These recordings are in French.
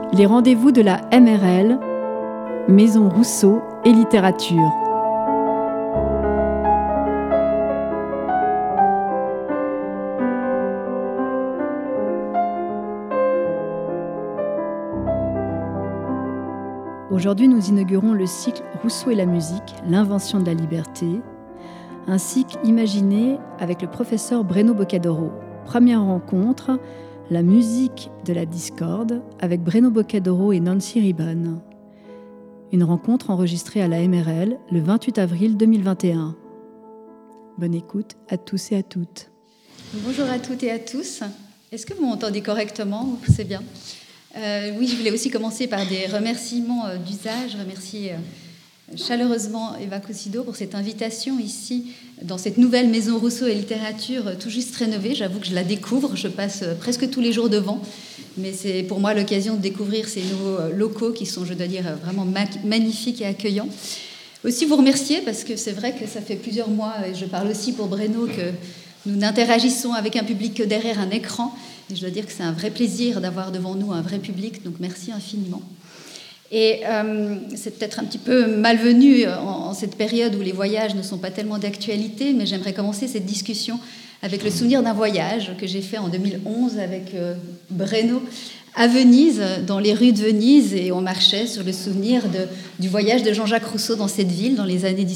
Les rendez-vous de la MRL, Maison Rousseau et Littérature. Aujourd'hui, nous inaugurons le cycle Rousseau et la musique, l'invention de la liberté, un cycle imaginé avec le professeur Breno Boccadoro. Première rencontre, la musique de la discorde avec Breno Boccadoro et Nancy Ribbon. Une rencontre enregistrée à la MRL le 28 avril 2021. Bonne écoute à tous et à toutes. Bonjour à toutes et à tous. Est-ce que vous m'entendez correctement? C'est bien. Oui, je voulais aussi commencer par des remerciements d'usage, remercier chaleureusement Eva Cossido pour cette invitation ici dans cette nouvelle maison Rousseau et Littérature tout juste rénovée. J'avoue que je la découvre, je passe presque tous les jours devant, mais c'est pour moi l'occasion de découvrir ces nouveaux locaux qui sont, je dois dire, vraiment magnifiques et accueillants. Aussi vous remercier parce que c'est vrai que ça fait plusieurs mois, et je parle aussi pour Breno, que nous n'interagissons avec un public que derrière un écran. Et je dois dire que c'est un vrai plaisir d'avoir devant nous un vrai public, donc merci infiniment. Et c'est peut-être un petit peu malvenu en cette période où les voyages ne sont pas tellement d'actualité, mais j'aimerais commencer cette discussion avec le souvenir d'un voyage que j'ai fait en 2011 avec Breno à Venise, dans les rues de Venise, et on marchait sur le souvenir du voyage de Jean-Jacques Rousseau dans cette ville dans les années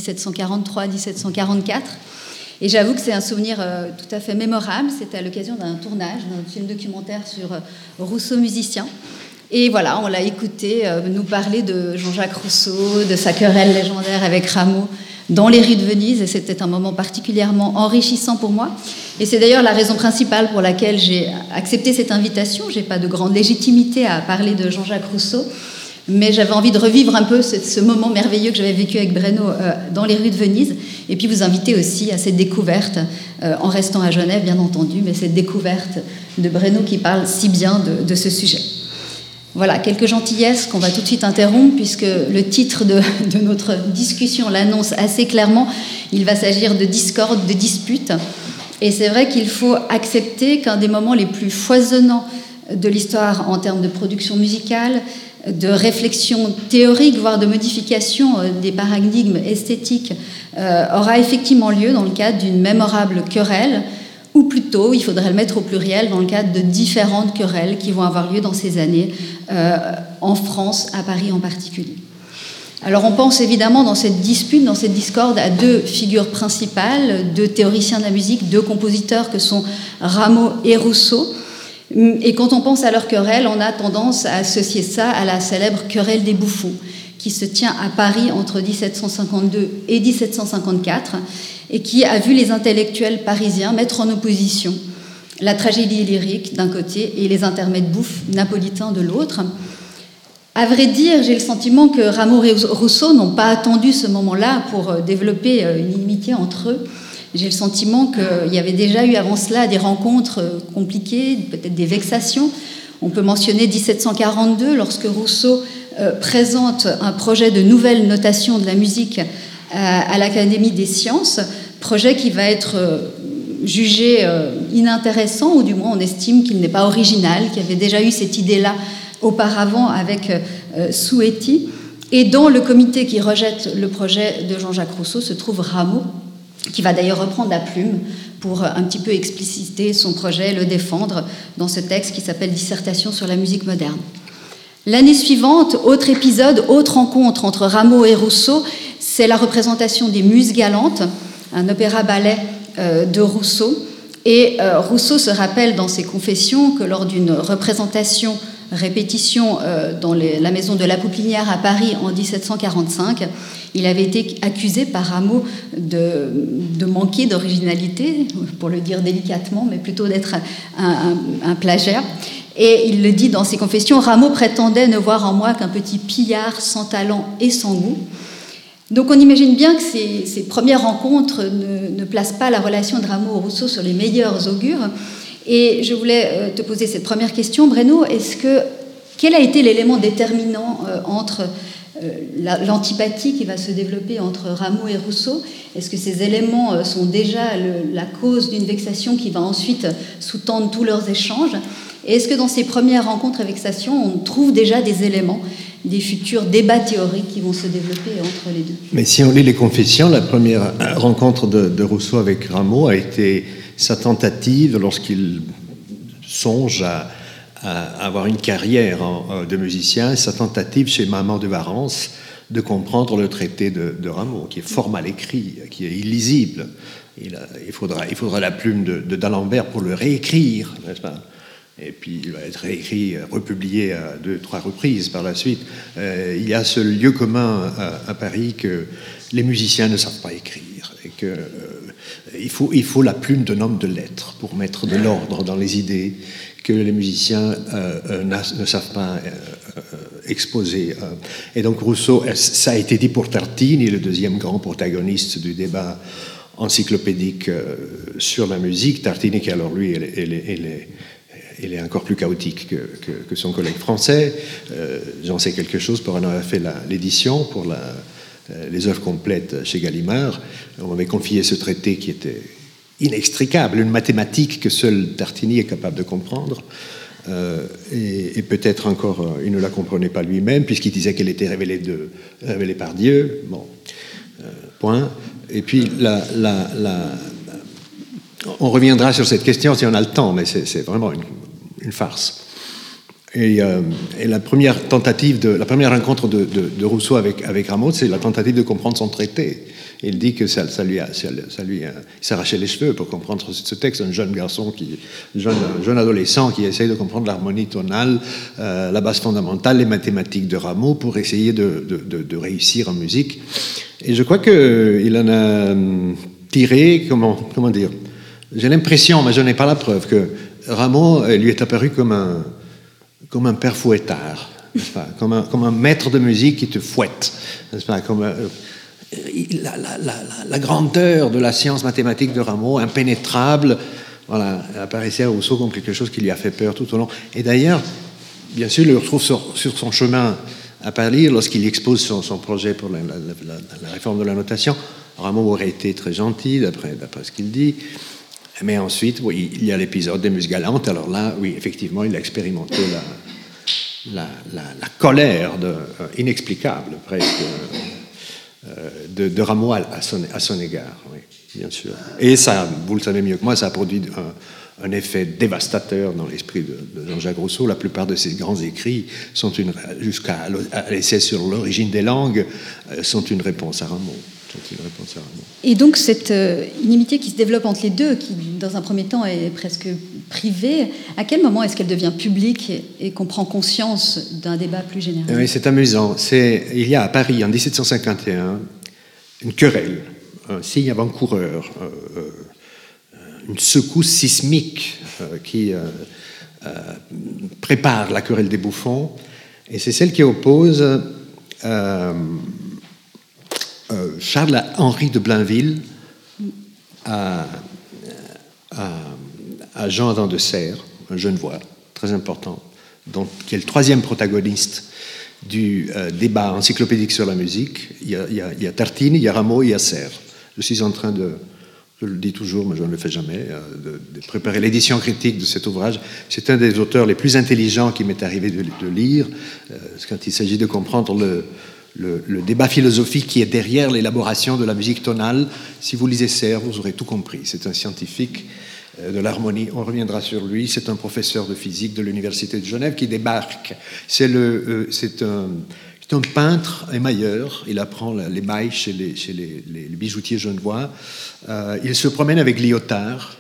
1743-1744. Et j'avoue que c'est un souvenir tout à fait mémorable. C'était à l'occasion d'un tournage, d'un film documentaire sur Rousseau musicien. Et voilà, on l'a écouté nous parler de Jean-Jacques Rousseau, de sa querelle légendaire avec Rameau dans les rues de Venise. Et c'était un moment particulièrement enrichissant pour moi. Et c'est d'ailleurs la raison principale pour laquelle j'ai accepté cette invitation. Je n'ai pas de grande légitimité à parler de Jean-Jacques Rousseau, mais j'avais envie de revivre un peu ce moment merveilleux que j'avais vécu avec Breno dans les rues de Venise, et puis vous inviter aussi à cette découverte, en restant à Genève bien entendu, mais cette découverte de Breno qui parle si bien de ce sujet. Voilà, quelques gentillesses qu'on va tout de suite interrompre, puisque le titre de notre discussion l'annonce assez clairement. Il va s'agir de discorde, de dispute, et c'est vrai qu'il faut accepter qu'un des moments les plus foisonnants de l'histoire en termes de production musicale, de réflexion théorique, voire de modification des paradigmes esthétiques, aura effectivement lieu dans le cadre d'une mémorable querelle, ou plutôt, il faudrait le mettre au pluriel, dans le cadre de différentes querelles qui vont avoir lieu dans ces années, en France, à Paris en particulier. Alors on pense évidemment dans cette dispute, dans cette discorde, à deux figures principales, deux théoriciens de la musique, deux compositeurs que sont Rameau et Rousseau. Et quand on pense à leur querelle, on a tendance à associer ça à la célèbre querelle des bouffons, qui se tient à Paris entre 1752 et 1754, et qui a vu les intellectuels parisiens mettre en opposition la tragédie lyrique d'un côté et les intermèdes bouffes napolitains de l'autre. À vrai dire, j'ai le sentiment que Rameau et Rousseau n'ont pas attendu ce moment-là pour développer une inimitié entre eux. J'ai le sentiment qu'il y avait déjà eu avant cela des rencontres compliquées, peut-être des vexations. On peut mentionner 1742, lorsque Rousseau présente un projet de nouvelle notation de la musique à l'Académie des sciences, projet qui va être jugé inintéressant, ou du moins on estime qu'il n'est pas original, qu'il y avait déjà eu cette idée-là auparavant avec Souetti. Et dans le comité qui rejette le projet de Jean-Jacques Rousseau se trouve Rameau, qui va d'ailleurs reprendre la plume pour un petit peu expliciter son projet, le défendre dans ce texte qui s'appelle « Dissertation sur la musique moderne ». L'année suivante, autre épisode, autre rencontre entre Rameau et Rousseau, c'est la représentation des Muses galantes, un opéra-ballet de Rousseau. Et Rousseau se rappelle dans ses confessions que lors d'une répétition dans la maison de la Pouplinière à Paris en 1745, il avait été accusé par Rameau de manquer d'originalité, pour le dire délicatement, mais plutôt d'être un plagiat. Et il le dit dans ses confessions, Rameau prétendait ne voir en moi qu'un petit pillard sans talent et sans goût. Donc on imagine bien que ces premières rencontres ne placent pas la relation de Rameau et Rousseau sur les meilleurs augures. Et je voulais te poser cette première question, Breno. Quel a été l'élément déterminant entre l'antipathie qui va se développer entre Rameau et Rousseau? Est-ce que ces éléments sont déjà la cause d'une vexation qui va ensuite sous-tendre tous leurs échanges? Et est-ce que dans ces premières rencontres avec Station, on trouve déjà des éléments des futurs débats théoriques qui vont se développer entre les deux? Mais si on lit les Confessions, la première rencontre de Rousseau avec Rameau a été sa tentative, lorsqu'il songe à avoir une carrière de musicien, sa tentative chez Maman de Warrens de comprendre le traité de Rameau, qui est fort mal écrit, qui est illisible. Il faudra la plume de d'Alembert pour le réécrire, n'est-ce pas? Et puis il va être réécrit, republié à 2-3 reprises par la suite. Il y a ce lieu commun à Paris que les musiciens ne savent pas écrire et que il faut la plume d'un homme de lettres pour mettre de l'ordre dans les idées que les musiciens ne savent pas exposer. Et donc Rousseau, ça a été dit pour Tartini, le deuxième grand protagoniste du débat encyclopédique sur la musique. Tartini, qui alors lui, il est encore plus chaotique que son collègue français. J'en sais quelque chose pour en avoir fait l'édition pour les œuvres complètes chez Gallimard. On m'avait confié ce traité qui était inextricable, une mathématique que seul Tartini est capable de comprendre. Et peut-être encore, il ne la comprenait pas lui-même, puisqu'il disait qu'elle était révélée par Dieu. Bon, point. Et puis, on reviendra sur cette question si on a le temps, mais c'est vraiment une farce. Et la première rencontre de Rousseau avec Rameau, c'est la tentative de comprendre son traité. Il dit que ça lui s'arrachait les cheveux pour comprendre ce texte. Un jeune garçon, jeune adolescent qui essaye de comprendre l'harmonie tonale, la base fondamentale, les mathématiques de Rameau pour essayer de réussir en musique. Et je crois qu'il en a tiré, comment dire, j'ai l'impression, mais je n'ai pas la preuve, que Rameau lui est apparu comme un père fouettard, n'est-ce pas, comme un maître de musique qui te fouette, n'est-ce pas, comme la grandeur de la science mathématique de Rameau, impénétrable, voilà, apparaissait à Rousseau comme quelque chose qui lui a fait peur tout au long. Et d'ailleurs, bien sûr, il le retrouve sur son chemin à Paris lorsqu'il expose son projet pour la réforme de la notation. Rameau aurait été très gentil, d'après ce qu'il dit. Mais ensuite, oui, il y a l'épisode des Muses galantes. Alors là, oui, effectivement, il a expérimenté la colère inexplicable, presque, de Rameau à son égard, oui, bien sûr. Et ça, vous le savez mieux que moi, ça a produit un effet dévastateur dans l'esprit de Jean-Jacques Rousseau. La plupart de ses grands écrits jusqu'à l'essai sur l'origine des langues, sont une réponse à Rameau. Et donc cette inimitié qui se développe entre les deux, qui dans un premier temps est presque privée, à quel moment est-ce qu'elle devient publique et qu'on prend conscience d'un débat plus général? Oui, c'est amusant. Il y a à Paris, en 1751, une querelle, un signe avant-coureur, une secousse sismique qui prépare la querelle des bouffons, et c'est celle qui oppose Charles-Henri de Blainville à Jean-Adam de Serres, un Genevois très important, qui est le troisième protagoniste du débat encyclopédique sur la musique. Il y a Tartini, il y a Rameau, il y a Serres. Je suis en train je le dis toujours, mais je ne le fais jamais, de préparer l'édition critique de cet ouvrage. C'est un des auteurs les plus intelligents qui m'est arrivé de lire, quand il s'agit de comprendre le débat philosophique qui est derrière l'élaboration de la musique tonale. Si vous lisez Serres, vous aurez tout compris. C'est un scientifique de l'harmonie. On reviendra sur lui. C'est un professeur de physique de l'Université de Genève qui débarque. C'est un peintre émailleur. Il apprend l'émail chez les bijoutiers genevois. Il se promène avec Lyotard.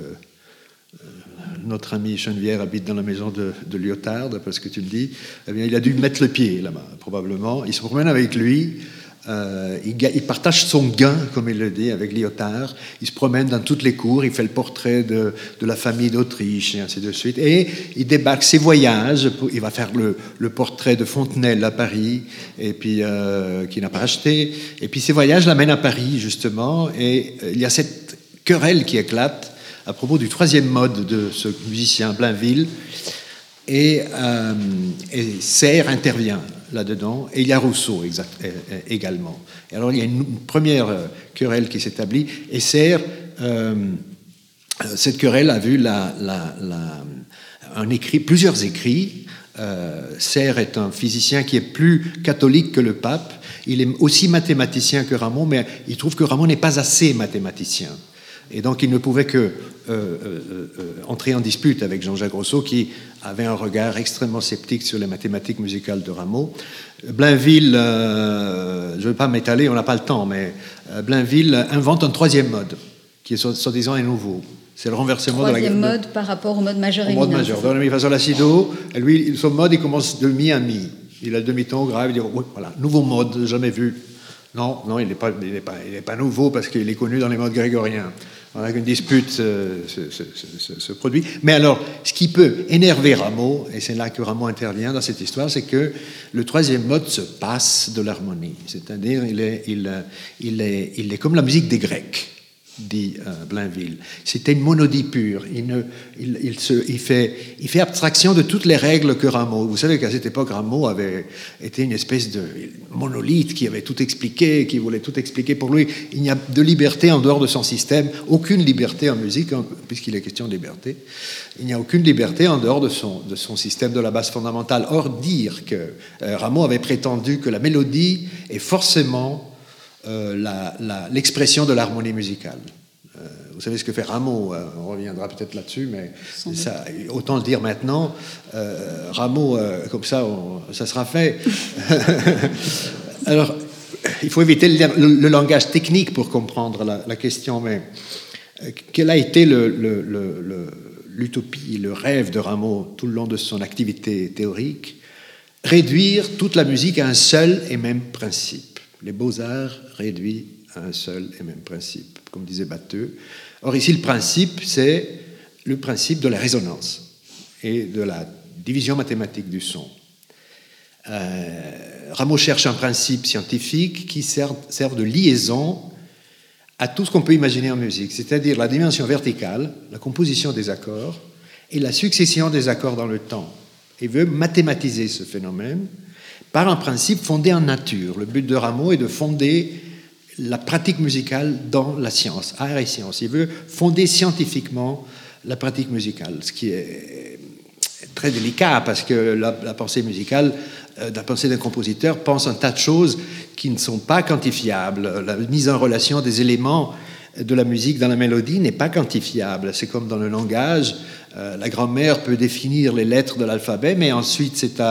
Notre ami Chenevière habite dans la maison de Lyotard, d'après ce que tu me dis. Eh bien, il a dû mettre le pied là-bas, probablement. Il se promène avec lui. Il partage son gain, comme il le dit, avec Lyotard. Il se promène dans toutes les cours. Il fait le portrait de la famille d'Autriche, et ainsi de suite. Et il débarque ses voyages. Il va faire le portrait de Fontenelle à Paris, et puis qu'il n'a pas acheté. Et puis ses voyages l'amènent à Paris, justement. Et il y a cette querelle qui éclate à propos du troisième mode de ce musicien Blainville, et Serres intervient là-dedans, et il y a Rousseau également. Et alors il y a une première querelle qui s'établit, et Serres, cette querelle a vu plusieurs écrits. Serre est un physicien qui est plus catholique que le pape. Il est aussi mathématicien que Rameau, mais il trouve que Rameau n'est pas assez mathématicien. Et donc il ne pouvait que entrer en dispute avec Jean-Jacques Rousseau, qui avait un regard extrêmement sceptique sur les mathématiques musicales de Rameau. Blainville, je ne vais pas m'étaler, on n'a pas le temps, mais Blainville invente un troisième mode, qui est soi-disant est nouveau. C'est le renversement de la gamme. Troisième mode par rapport au mode majeur et mineur. Au mode majeur. Dans le mi fa sol la si do, lui, son mode, il commence de mi à mi. Il a le demi-ton grave, il dit oui, voilà, nouveau mode, jamais vu. Non, il n'est pas nouveau parce qu'il est connu dans les modes grégoriens. On a qu'une dispute se produit. Mais alors, ce qui peut énerver Rameau, et c'est là que Rameau intervient dans cette histoire, c'est que le troisième mode se passe de l'harmonie. C'est-à-dire, il est comme la musique des Grecs, dit Blainville. C'était une monodie pure. Il fait abstraction de toutes les règles que Rameau. Vous savez qu'à cette époque, Rameau avait été une espèce de monolithe qui avait tout expliqué, qui voulait tout expliquer. Pour lui, il n'y a de liberté en dehors de son système, aucune liberté en musique, puisqu'il est question de liberté. Il n'y a aucune liberté en dehors de son système de la base fondamentale. Or, dire que Rameau avait prétendu que la mélodie est forcément l'expression de l'harmonie musicale. Vous savez ce que fait Rameau, on reviendra peut-être là-dessus, mais ça, autant le dire maintenant. Rameau, comme ça, ça sera fait. Alors, il faut éviter le langage technique pour comprendre la question, mais quelle a été l'utopie, le rêve de Rameau tout le long de son activité théorique? Réduire toute la musique à un seul et même principe. Les beaux-arts réduits à un seul et même principe, comme disait Batteux. Or, ici, le principe, c'est le principe de la résonance et de la division mathématique du son. Rameau cherche un principe scientifique qui serve de liaison à tout ce qu'on peut imaginer en musique, c'est-à-dire la dimension verticale, la composition des accords et la succession des accords dans le temps. Il veut mathématiser ce phénomène par un principe fondé en nature. Le but de Rameau est de fonder la pratique musicale dans la science, art et science. Il veut fonder scientifiquement la pratique musicale, ce qui est très délicat parce que la pensée musicale, la pensée d'un compositeur pense un tas de choses qui ne sont pas quantifiables. La mise en relation des éléments de la musique dans la mélodie n'est pas quantifiable. C'est comme dans le langage. La grand-mère peut définir les lettres de l'alphabet, mais ensuite c'est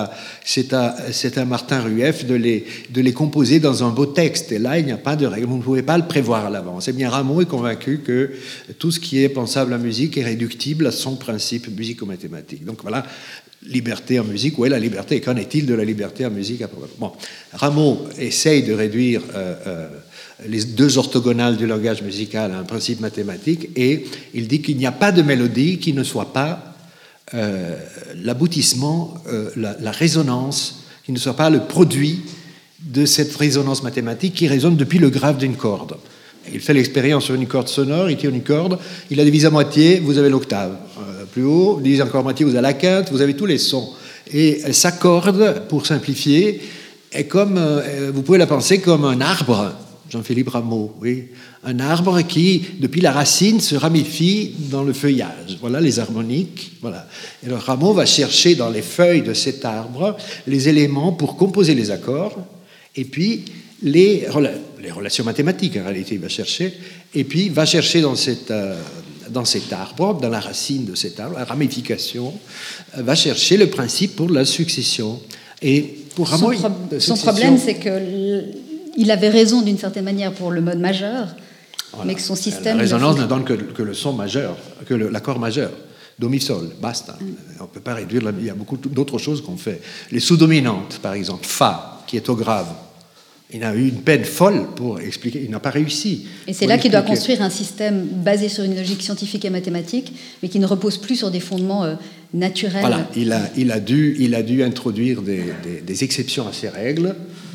à Martin Rueff de les composer dans un beau texte. Et là, il n'y a pas de règle. Vous ne pouvez pas le prévoir à l'avance. Eh bien, Rameau est convaincu que tout ce qui est pensable en musique est réductible à son principe musico-mathématique. Donc voilà, liberté en musique. Où est la liberté? Qu'en est-il de la liberté en musique? Bon, Rameau essaye de réduire les deux orthogonales du langage musical à un principe mathématique, et il dit qu'il n'y a pas de mélodie qui ne soit pas l'aboutissement, la résonance, qui ne soit pas le produit de cette résonance mathématique qui résonne depuis le grave d'une corde. Il fait l'expérience sur une corde sonore, il tire une corde, il la divise à moitié, vous avez l'octave. Plus haut, divise encore à moitié, vous avez la quinte, vous avez tous les sons. Et elle s'accorde, pour simplifier, est comme, vous pouvez la penser comme un arbre. Jean-Philippe Rameau, oui. Un arbre qui, depuis la racine, se ramifie dans le feuillage. Voilà les harmoniques. Voilà. Et alors Rameau va chercher dans les feuilles de cet arbre les éléments pour composer les accords, et puis les relations mathématiques, en réalité, il va chercher, et puis va chercher dans cet arbre, dans la racine de cet arbre, la ramification, va chercher le principe pour la succession. Et pour Rameau, son problème, c'est que il avait raison d'une certaine manière pour le mode majeur, voilà. Mais que son système... La résonance ne donne que le son majeur, que l'accord majeur. Do, mi, sol, basta. On ne peut pas réduire, il y a beaucoup d'autres choses qu'on fait. Les sous-dominantes, par exemple, fa, qui est au grave. Il a eu une peine folle pour expliquer, il n'a pas réussi. Et c'est là qu'il doit construire un système basé sur une logique scientifique et mathématique, mais qui ne repose plus sur des fondements naturels. Voilà, il a dû introduire des exceptions à ces règles,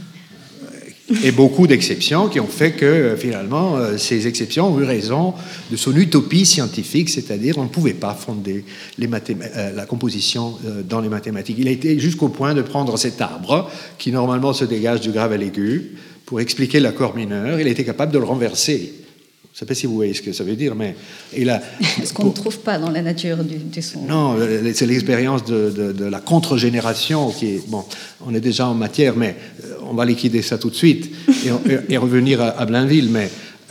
et beaucoup d'exceptions qui ont fait que, finalement, ces exceptions ont eu raison de son utopie scientifique, c'est-à-dire on ne pouvait pas fonder la composition dans les mathématiques. Il a été jusqu'au point de prendre cet arbre, qui normalement se dégage du grave à l'aigu, pour expliquer l'accord mineur. Il a été capable de le renverser. Je ne sais pas si vous voyez ce que ça veut dire, mais il a... Ce qu'on ne trouve pas dans la nature du son. Non, c'est l'expérience de la contre-génération qui est... Bon, on est déjà en matière, mais on va liquider ça tout de suite et revenir à Blainville, mais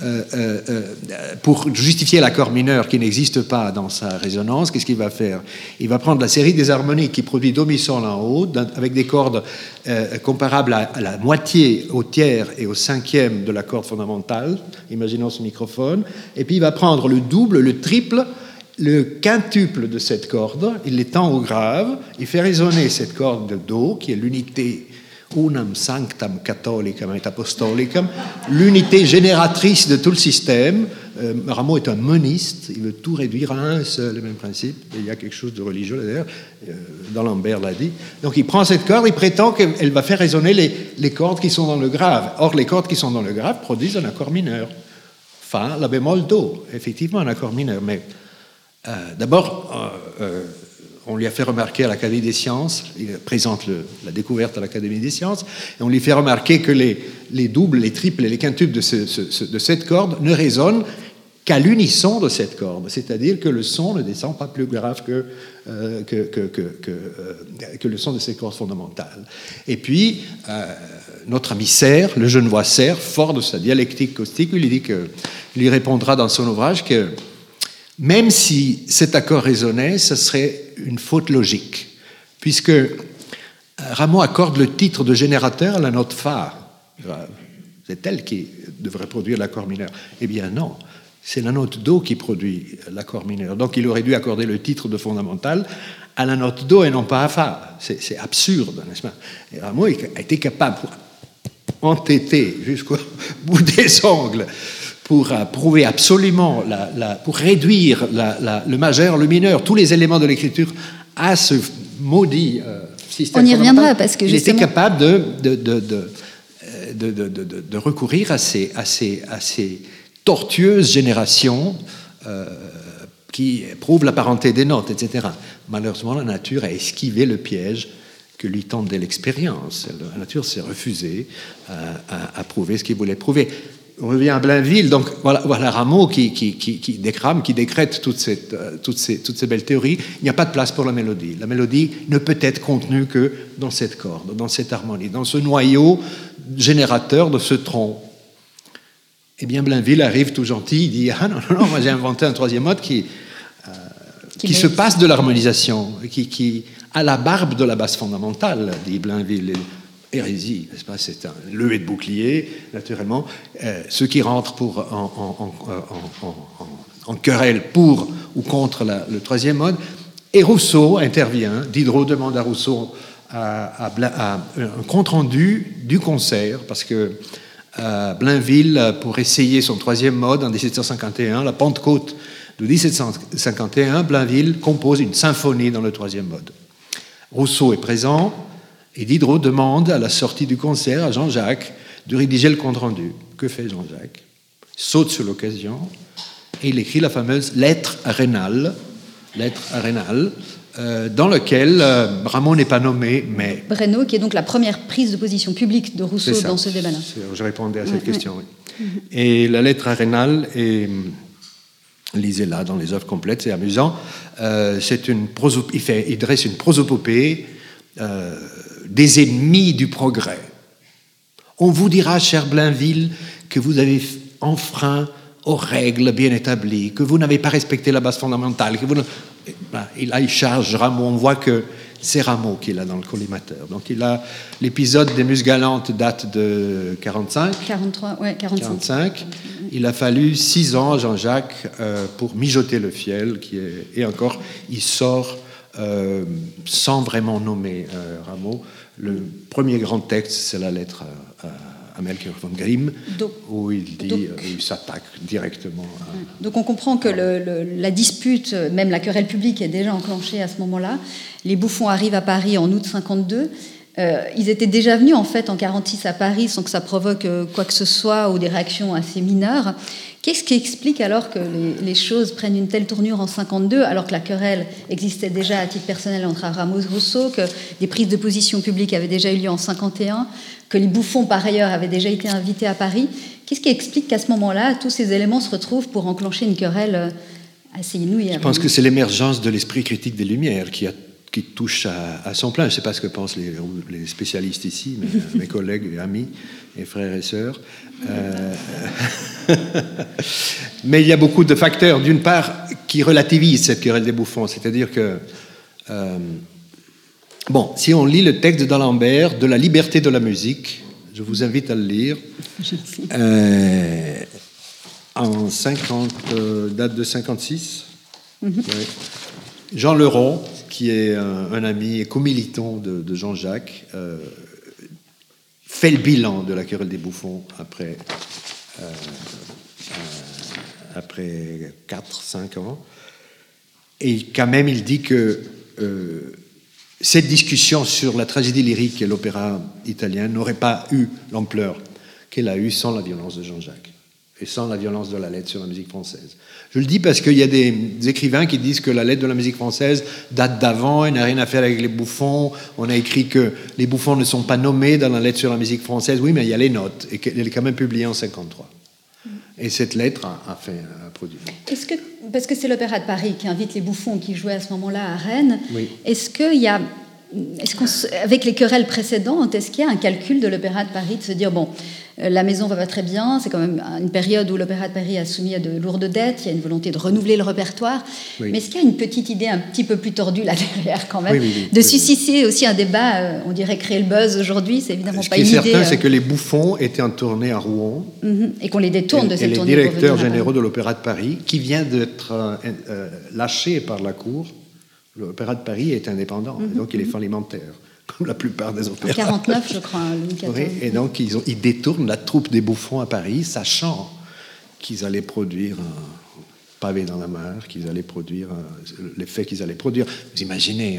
pour justifier l'accord mineur qui n'existe pas dans sa résonance, qu'est-ce qu'il va faire? Il va prendre la série des harmoniques qui produit do, mi, sol en haut, avec des cordes comparables à la moitié, au tiers et au cinquième de la corde fondamentale, imaginons ce microphone, et puis il va prendre le double, le triple, le quintuple de cette corde, il l'étend au grave, il fait résonner cette corde de do, qui est l'unité unam sanctam catholicam et apostolicam, l'unité génératrice de tout le système. Rameau est un moniste, il veut tout réduire à un seul et même principe, et il y a quelque chose de religieux d'ailleurs, d'Alembert l'a dit. Donc il prend cette corde, il prétend qu'elle va faire résonner les cordes qui sont dans le grave. Or, les cordes qui sont dans le grave produisent un accord mineur. Fa, la bémol, do, effectivement un accord mineur, mais d'abord, on lui a fait remarquer à l'Académie des sciences, il présente la découverte à l'Académie des sciences, et on lui fait remarquer que les doubles, les triples et les quintuples de cette corde ne résonnent qu'à l'unisson de cette corde, c'est-à-dire que le son ne descend pas plus grave que le son de ces cordes fondamentales. Et puis, notre ami Serre, le Genevois Serre, fort de sa dialectique caustique, il dit il lui répondra dans son ouvrage que même si cet accord résonnait, ce serait une faute logique, puisque Rameau accorde le titre de générateur à la note Fa. C'est elle qui devrait produire l'accord mineur. Eh bien non, c'est la note Do qui produit l'accord mineur. Donc il aurait dû accorder le titre de fondamental à la note Do et non pas à Fa. C'est absurde, n'est-ce pas? Et Rameau a été capable, pour entêter jusqu'au bout des ongles, pour prouver absolument, pour réduire le majeur, le mineur, tous les éléments de l'écriture à ce maudit système. On y reviendra parce que justement... Il était capable de recourir à ces tortueuses générations qui prouvent la parenté des notes, etc. Malheureusement, la nature a esquivé le piège que lui tendait l'expérience. La nature s'est refusée à prouver ce qu'il voulait prouver. On revient à Blainville, donc voilà Rameau qui décrame, qui décrète toutes ces belles théories. Il n'y a pas de place pour la mélodie. La mélodie ne peut être contenue que dans cette corde, dans cette harmonie, dans ce noyau générateur de ce tronc. Eh bien, Blainville arrive tout gentil, il dit « Ah non, moi j'ai inventé un troisième mode qui se passe de l'harmonisation, qui a la barbe de la basse fondamentale, dit Blainville. » Hérésie, n'est-ce pas? C'est un lever de bouclier, naturellement. Ceux qui rentrent en querelle pour ou contre le troisième mode. Et Rousseau intervient. Diderot demande à Rousseau un compte-rendu du concert, parce que Blainville, pour essayer son troisième mode en 1751, la Pentecôte de 1751, Blainville compose une symphonie dans le troisième mode. Rousseau est présent. Et Diderot demande à la sortie du concert à Jean-Jacques de rédiger le compte-rendu. Que fait Jean-Jacques? Saute sur l'occasion et il écrit la fameuse lettre à Raynal, dans laquelle Rameau n'est pas nommé, mais... Breno, qui est donc la première prise de position publique de Rousseau dans ce débat-là. Je répondais à cette question, oui. Et la lettre à Raynal est... Lisez-la dans les œuvres complètes, c'est amusant. Il dresse une prosopopée des ennemis du progrès. On vous dira, cher Blainville, que vous avez enfreint aux règles bien établies, que vous n'avez pas respecté la base fondamentale. Il charge Rameau. On voit que c'est Rameau qui l'a dans le collimateur. Donc l'épisode des Muses galantes date de 45. Il a fallu 6 ans à Jean-Jacques pour mijoter le fiel, et encore, il sort sans vraiment nommer Rameau. Le premier grand texte, c'est la lettre à Melchior von Grimm, où il s'attaque directement à... Donc on comprend que la dispute, même la querelle publique est déjà enclenchée à ce moment-là. Les Bouffons arrivent à Paris en août 52. Ils étaient déjà venus en fait en 46 à Paris sans que ça provoque quoi que ce soit ou des réactions assez mineures. Qu'est-ce qui explique alors que les choses prennent une telle tournure en 52, alors que la querelle existait déjà à titre personnel entre Ramos et Rousseau, que des prises de position publiques avaient déjà eu lieu en 51, que les bouffons par ailleurs avaient déjà été invités à Paris? Qu'est-ce qui explique qu'à ce moment-là, tous ces éléments se retrouvent pour enclencher une querelle assez inouïe? Je pense que c'est l'émergence de l'esprit critique des Lumières qui touche à son plein. Je ne sais pas ce que pensent les spécialistes ici, mais mes collègues et amis et frères et sœurs. Mais il y a beaucoup de facteurs, d'une part, qui relativisent cette querelle des bouffons. C'est-à-dire que, si on lit le texte d'Alembert de la liberté de la musique, je vous invite à le lire, en 50, date de 56. Ouais. Jean Leron, qui est un ami et co-militant de Jean-Jacques, fait le bilan de la querelle des bouffons après 4-5 ans. Et quand même, il dit que cette discussion sur la tragédie lyrique et l'opéra italien n'aurait pas eu l'ampleur qu'elle a eue sans la violence de Jean-Jacques et sans la violence de la lettre sur la musique française. Je le dis parce qu'il y a des écrivains qui disent que la lettre de la musique française date d'avant, elle n'a rien à faire avec les bouffons. On a écrit que les bouffons ne sont pas nommés dans la lettre sur la musique française. Oui, mais il y a les notes, et qu'elle est quand même publiée en 53. Et cette lettre a produit. Parce que c'est l'Opéra de Paris qui invite les bouffons qui jouaient à ce moment-là à Rennes. Oui. Avec les querelles précédentes, est-ce qu'il y a un calcul de l'Opéra de Paris de se dire, la maison va pas très bien, c'est quand même une période où l'Opéra de Paris a soumis à de lourdes dettes, il y a une volonté de renouveler le répertoire, mais est-ce qu'il y a une petite idée un petit peu plus tordue là derrière quand même, susciter aussi un débat, on dirait créer le buzz aujourd'hui, c'est évidemment pas une idée. Ce qui est certain, c'est que les bouffons étaient en tournée à Rouen, et qu'on les détourne de cette tournée. Et les directeurs généraux de l'Opéra de Paris, qui vient d'être lâché par la Cour, l'Opéra de Paris est indépendant, et donc il est parlementaire. Comme la plupart des opéras. 49, je crois, Louis XIV. Oui, et donc ils détournent la troupe des bouffons à Paris, sachant qu'ils allaient produire un pavé dans la mare, qu'ils allaient produire l'effet qu'ils allaient produire. Vous imaginez,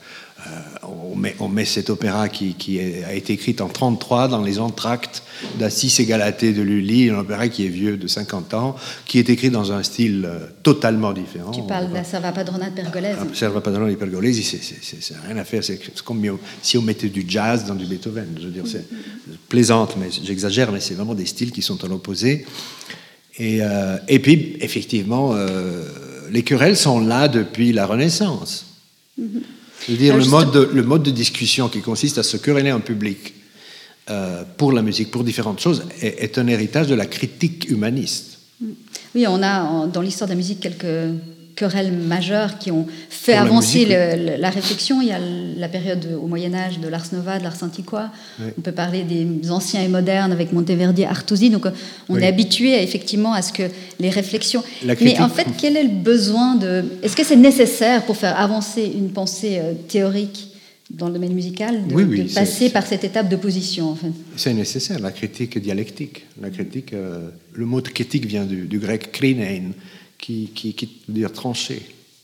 on met cet opéra qui a été écrit en 1933 dans les entr'actes d'Assis et Galatée de Lully, un opéra qui est vieux de 50 ans, qui est écrit dans un style totatalement différent. Tu parles de la Serva-Padrona de Pergolesi. Serva-Padrona de Pergolesi, c'est rien à faire. C'est comme si on mettait du jazz dans du Beethoven. Je veux dire, c'est plaisante, mais j'exagère, mais c'est vraiment des styles qui sont à l'opposé. Et puis, effectivement, les querelles sont là depuis la Renaissance. Je veux dire, le mode de discussion qui consiste à se quereller en public pour la musique, pour différentes choses, est un héritage de la critique humaniste. Oui, on a dans l'histoire de la musique quelques querelles majeures qui ont fait avancer la réflexion. Il y a la période au Moyen-Âge de l'Ars Nova, de l'Ars Antiqua. Oui. On peut parler des anciens et modernes avec Monteverdi et Artusi. Donc on est habitué effectivement à ce que les réflexions... Mais en fait, quel est le besoin de... Est-ce que c'est nécessaire pour faire avancer une pensée théorique dans le domaine musical de passer par cette étape d'opposition, en fait? C'est nécessaire, la critique dialectique. La critique, le mot critique vient du grec krinein, qui veut dire trancher.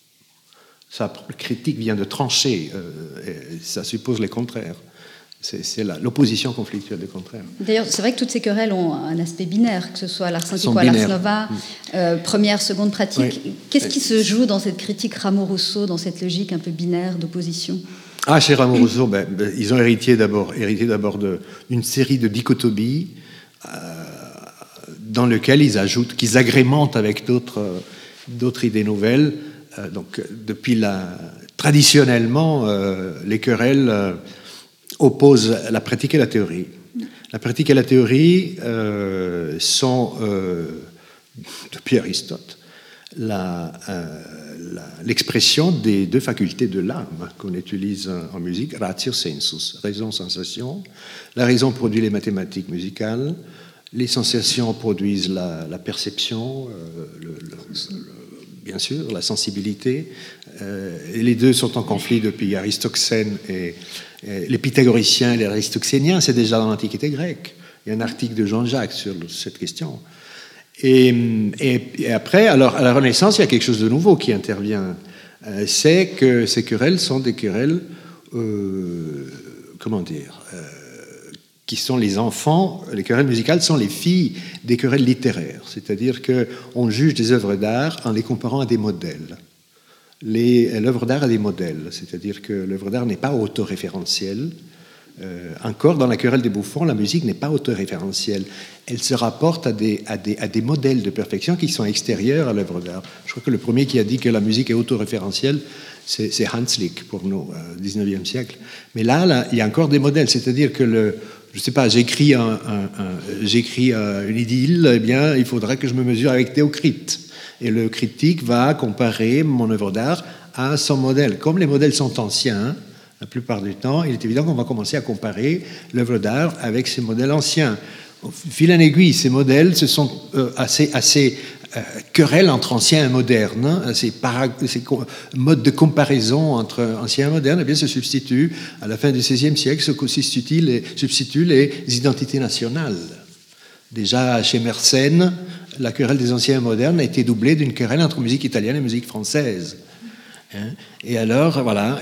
Ça, critique vient de trancher, ça suppose les contraires. C'est l'opposition conflictuelle des contraires. D'ailleurs, c'est vrai que toutes ces querelles ont un aspect binaire, que ce soit l'Ars Antiqua, l'Ars Nova, première, seconde pratique. Oui. Qu'est-ce qui se joue dans cette critique Rameau-Rousseau, dans cette logique un peu binaire d'opposition? Chez Rameau-Rousseau, ils ont hérité d'abord d'une série de dichotomies dans lesquelles qu'ils agrémentent avec d'autres idées nouvelles. Donc, traditionnellement, les querelles opposent la pratique et la théorie. La pratique et la théorie sont, depuis Aristote, l'expression des deux facultés de l'âme qu'on utilise en musique, ratio sensus, raison, sensation. La raison produit les mathématiques musicales, les sensations produisent la perception, bien sûr, la sensibilité. Et les deux sont en conflit depuis Aristoxène et les pythagoriciens et les aristoxéniens, c'est déjà dans l'Antiquité grecque. Il y a un article de Jean-Jacques sur cette question. Et après, alors, à la Renaissance, il y a quelque chose de nouveau qui intervient. C'est que ces querelles sont des querelles, qui sont les enfants, les querelles musicales sont les filles des querelles littéraires. C'est-à-dire qu'on juge des œuvres d'art en les comparant à des modèles. L'œuvre d'art a des modèles, c'est-à-dire que l'œuvre d'art n'est pas autoréférentielle. Encore, dans la querelle des bouffons, la musique n'est pas autoréférentielle. Elle se rapporte à des modèles de perfection qui sont extérieurs à l'œuvre d'art. Je crois que le premier qui a dit que la musique est autoréférentielle, c'est Hanslick, pour nous, au XIXe siècle. Mais là, il y a encore des modèles, c'est-à-dire que je ne sais pas, j'écris une idylle, eh bien, il faudra que je me mesure avec Théocrite. Et le critique va comparer mon œuvre d'art à son modèle. Comme les modèles sont anciens, la plupart du temps, il est évident qu'on va commencer à comparer l'œuvre d'art avec ces modèles anciens. Au fil en aiguille, ces modèles, ce sont assez querelles entre anciens et modernes, hein, ces modes de comparaison entre anciens et modernes, eh bien, se substituent, à la fin du XVIe siècle, se substituent les identités nationales. Déjà, chez Mersenne, la querelle des anciens et modernes a été doublée d'une querelle entre musique italienne et musique française. Hein, et alors, voilà,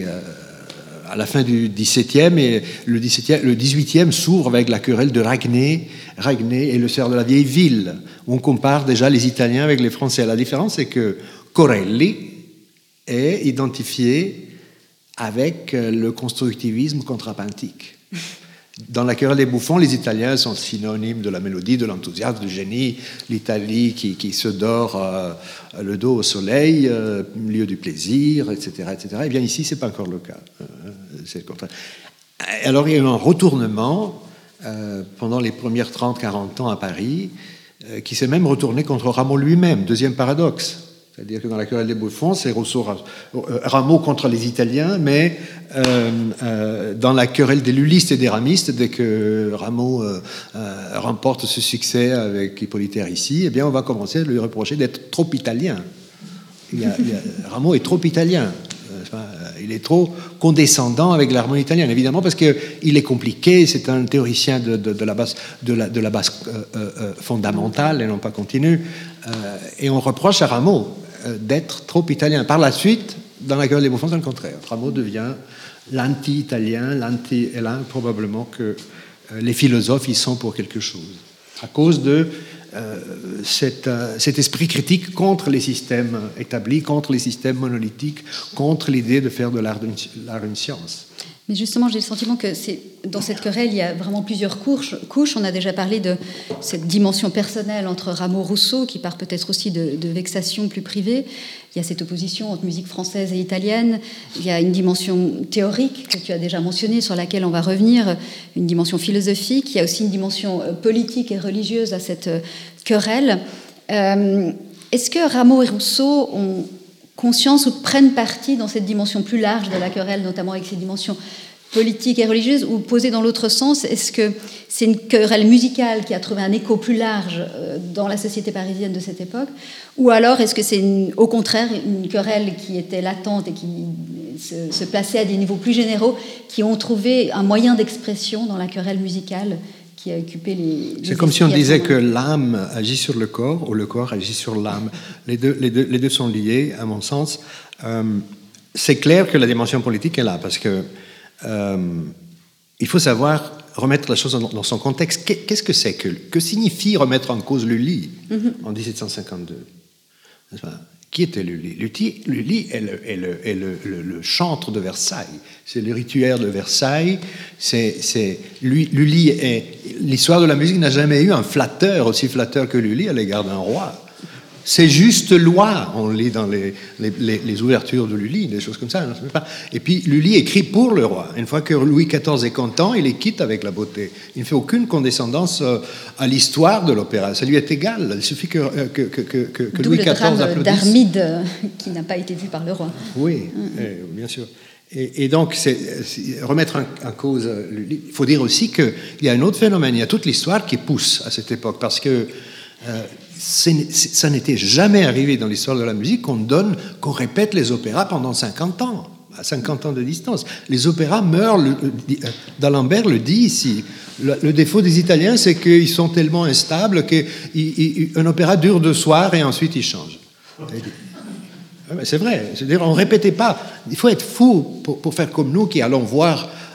à la fin du XVIIe, et le XVIIIe s'ouvre avec la querelle de Raguenet et le cerf de la vieille ville, où on compare déjà les Italiens avec les Français. La différence, c'est que Corelli est identifié avec le constructivisme contrapuntique. Dans la querelle des bouffons, les Italiens sont synonymes de la mélodie, de l'enthousiasme, du génie. L'Italie qui se dort le dos au soleil, lieu du plaisir, etc., etc. Eh bien, ici, ce n'est pas encore le cas. C'est le contraire. Alors, il y a eu un retournement pendant les premières 30-40 ans à Paris, qui s'est même retourné contre Rameau lui-même. Deuxième paradoxe. C'est-à-dire que dans la querelle des bouffons, c'est Rameau contre les Italiens, mais dans la querelle des lullistes et des ramistes, dès que Rameau remporte ce succès avec Hippolyte ici, eh bien, on va commencer à lui reprocher d'être trop italien. Rameau est trop italien. Il est trop condescendant avec l'harmonie italienne, évidemment, parce qu'il est compliqué. C'est un théoricien de la base fondamentale et non pas continue. Et on reproche à Rameau d'être trop italien. Par la suite, dans la querelle des bouffons, c'est le contraire. Rameau devient l'anti-italien, et là, probablement que les philosophes y sont pour quelque chose, à cause de cet esprit critique contre les systèmes établis, contre les systèmes monolithiques, contre l'idée de faire de l'art une science. Mais justement, j'ai le sentiment que dans cette querelle, il y a vraiment plusieurs couches. On a déjà parlé de cette dimension personnelle entre Rameau-Rousseau, qui part peut-être aussi de vexations plus privées. Il y a cette opposition entre musique française et italienne. Il y a une dimension théorique que tu as déjà mentionnée, sur laquelle on va revenir, une dimension philosophique. Il y a aussi une dimension politique et religieuse à cette querelle. Est-ce que Rameau et Rousseau ont conscience ou prennent parti dans cette dimension plus large de la querelle, notamment avec ces dimensions politiques et religieuses, ou posées dans l'autre sens, est-ce que c'est une querelle musicale qui a trouvé un écho plus large dans la société parisienne de cette époque, ou alors est-ce que c'est au contraire une querelle qui était latente et qui se plaçait à des niveaux plus généraux, qui ont trouvé un moyen d'expression dans la querelle musicale qui a occupé les c'est comme si on disait que l'âme agit sur le corps ou le corps agit sur l'âme. Les deux sont liés, à mon sens. C'est clair que la dimension politique est là, parce que il faut savoir remettre la chose dans son contexte. Qu'est-ce que c'est que signifie remettre en cause Lully en 1752 ? Qui était Lully ? Lully est le chantre de Versailles. C'est le rituaire de Versailles. Lully est... L'histoire de la musique n'a jamais eu un flatteur aussi flatteur que Lully à l'égard d'un roi. C'est juste loi, on lit dans les ouvertures de Lully, des choses comme ça. Non, pas. Et puis Lully écrit pour le roi. Une fois que Louis XIV est content, il les quitte avec la beauté. Il ne fait aucune condescendance à l'histoire de l'opéra. Ça lui est égal. Il suffit que Louis XIV applaudisse. D'Armide, qui n'a pas été vu par le roi. Oui, bien sûr. Et donc, remettre en cause Lully. Il faut dire aussi qu'il y a un autre phénomène. Il y a toute l'histoire qui pousse à cette époque, parce que ça n'était jamais arrivé dans l'histoire de la musique qu'on répète les opéras pendant 50 ans, à 50 ans de distance. Les opéras meurent, d'Alembert le dit ici. Le défaut des Italiens, c'est qu'ils sont tellement instables qu'un opéra dure 2 soirs et ensuite il change. C'est vrai, c'est-à-dire on ne répétait pas. Il faut être fou pour faire comme nous qui allons voir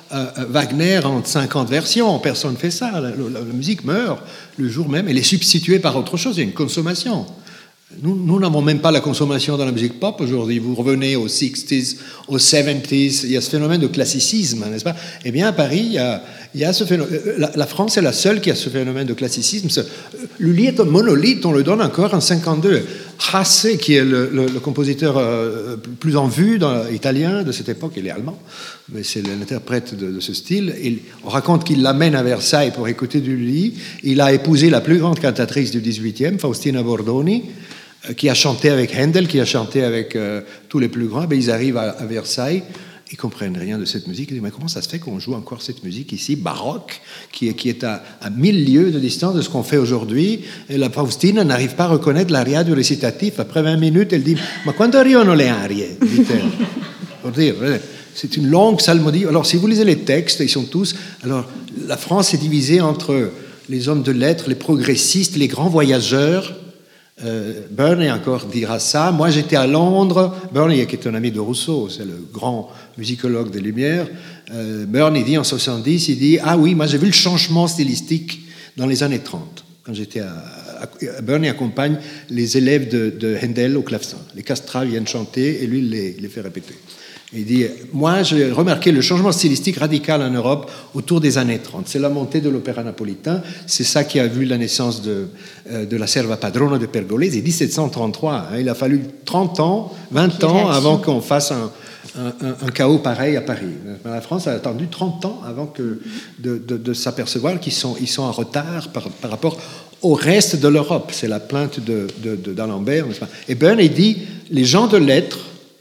Wagner en 50 versions. Personne ne fait ça. La musique meurt le jour même. Elle est substituée par autre chose. Il y a une consommation. Nous n'avons même pas la consommation dans la musique pop aujourd'hui. Vous revenez aux 60s, aux 70s, il y a ce phénomène de classicisme, n'est-ce pas? Eh bien, à Paris, il y a ce phénomène. La France est la seule qui a ce phénomène de classicisme. Lully est un monolithe, on le donne encore en 52. Hasse, qui est le compositeur plus en vue italien de cette époque, il est allemand, mais c'est l'interprète de ce style. On raconte qu'il l'amène à Versailles pour écouter du Lully. Il a épousé la plus grande cantatrice du XVIIIe, Faustina Bordoni, qui a chanté avec Handel, qui a chanté avec tous les plus grands. Ils arrivent à Versailles, ils ne comprennent rien de cette musique. Ils disent, mais comment ça se fait qu'on joue encore cette musique ici, baroque, qui est à 1000 lieues de distance de ce qu'on fait aujourd'hui? Et la Faustina n'arrive pas à reconnaître l'aria du récitatif. Après 20 minutes, elle dit, ma quando arrivano le arie, dit-elle. Pour dire, c'est une longue psalmodie. Alors, si vous lisez les textes, ils sont tous... Alors, la France est divisée entre les hommes de lettres, les progressistes, les grands voyageurs. Burney encore dira ça. Moi, j'étais à Londres. Burney, qui est un ami de Rousseau, c'est le grand musicologue des Lumières. Burney dit en 70, il dit, ah oui, moi j'ai vu le changement stylistique dans les années 30. Quand j'étais Burney accompagne les élèves de Handel au clavecin. Les castrats viennent chanter et lui les fait répéter. Il dit, moi j'ai remarqué le changement stylistique radical en Europe autour des années 30. C'est la montée de l'opéra napolitain. C'est ça qui a vu la naissance de la Serva Padrona de Pergolesi, 1733. Il a fallu 30 ans, 20 ans avant qu'on fasse un chaos pareil à Paris. La France a attendu 30 ans avant de s'apercevoir qu'ils sont en retard par rapport au reste de l'Europe. C'est la plainte d'Alembert. Et Burney dit, les gens de lettres,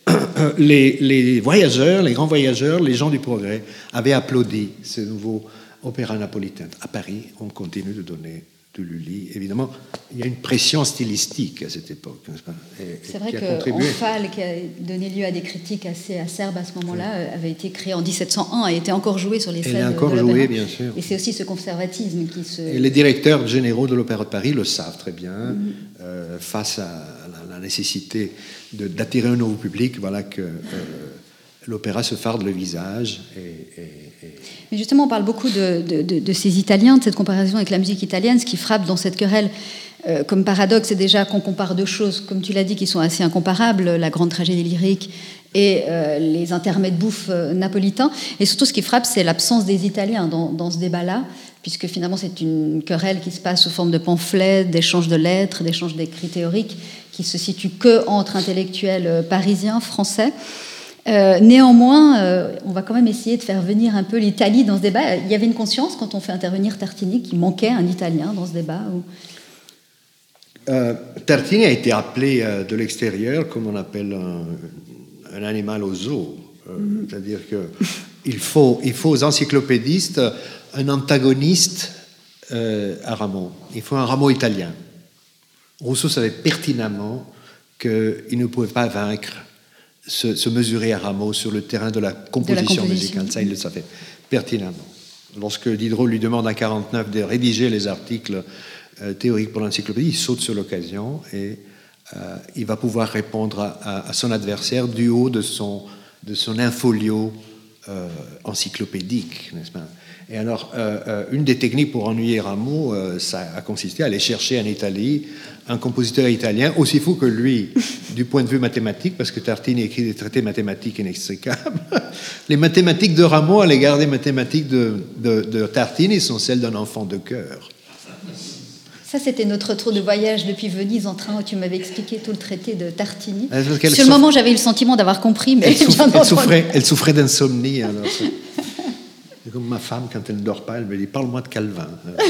les voyageurs, les grands voyageurs, les gens du progrès avaient applaudi ce nouveau opéra napolitain. À Paris, on continue de donner de Lully. Évidemment, il y a une pression stylistique à cette époque. C'est vrai qu'Enfale, qui a donné lieu à des critiques assez acerbes à ce moment-là, avait été créé en 1701 et était encore joué sur les scènes de l'opéra. Elle est encore jouée, bien sûr. Et c'est aussi ce conservatisme qui se... Et les directeurs généraux de l'Opéra de Paris le savent très bien, face à la nécessité d'attirer un nouveau public, voilà que l'opéra se farde le visage. Mais justement, on parle beaucoup de ces Italiens, de cette comparaison avec la musique italienne. Ce qui frappe dans cette querelle, comme paradoxe, c'est déjà qu'on compare deux choses, comme tu l'as dit, qui sont assez incomparables, la grande tragédie lyrique et les intermèdes bouffes napolitains. Et surtout, ce qui frappe, c'est l'absence des Italiens dans ce débat-là, puisque finalement, c'est une querelle qui se passe sous forme de pamphlets, d'échanges de lettres, d'échanges d'écrits théoriques, qui se situe que entre intellectuels parisiens, français. Néanmoins, on va quand même essayer de faire venir un peu l'Italie dans ce débat. Il y avait une conscience, quand on fait intervenir Tartini, qu'il manquait un Italien dans ce débat Tartini a été appelé de l'extérieur, comme on appelle un animal au zoo. C'est-à-dire qu'il faut aux encyclopédistes un antagoniste à Rameau. Il faut un Rameau italien. Rousseau savait pertinemment qu'il ne pouvait pas vaincre, se mesurer à Rameau sur le terrain de la composition musicale. Ça, il le savait pertinemment. Lorsque Diderot lui demande en 1949 de rédiger les articles théoriques pour l'encyclopédie, il saute sur l'occasion et il va pouvoir répondre à son adversaire du haut de son infolio encyclopédique, n'est-ce pas? Et alors, une des techniques pour ennuyer Rameau, ça a consisté à aller chercher en Italie un compositeur italien aussi fou que lui, du point de vue mathématique, parce que Tartini écrit des traités mathématiques inextricables. Les mathématiques de Rameau à l'égard des mathématiques de Tartini sont celles d'un enfant de cœur. Ça, c'était notre tour de voyage depuis Venise en train où tu m'avais expliqué tout le traité de Tartini. Sur le moment, j'avais eu le sentiment d'avoir compris, mais elle souffrait d'insomnie. Alors, c'est comme ma femme, quand elle ne dort pas, elle me dit « Parle-moi de Calvin ».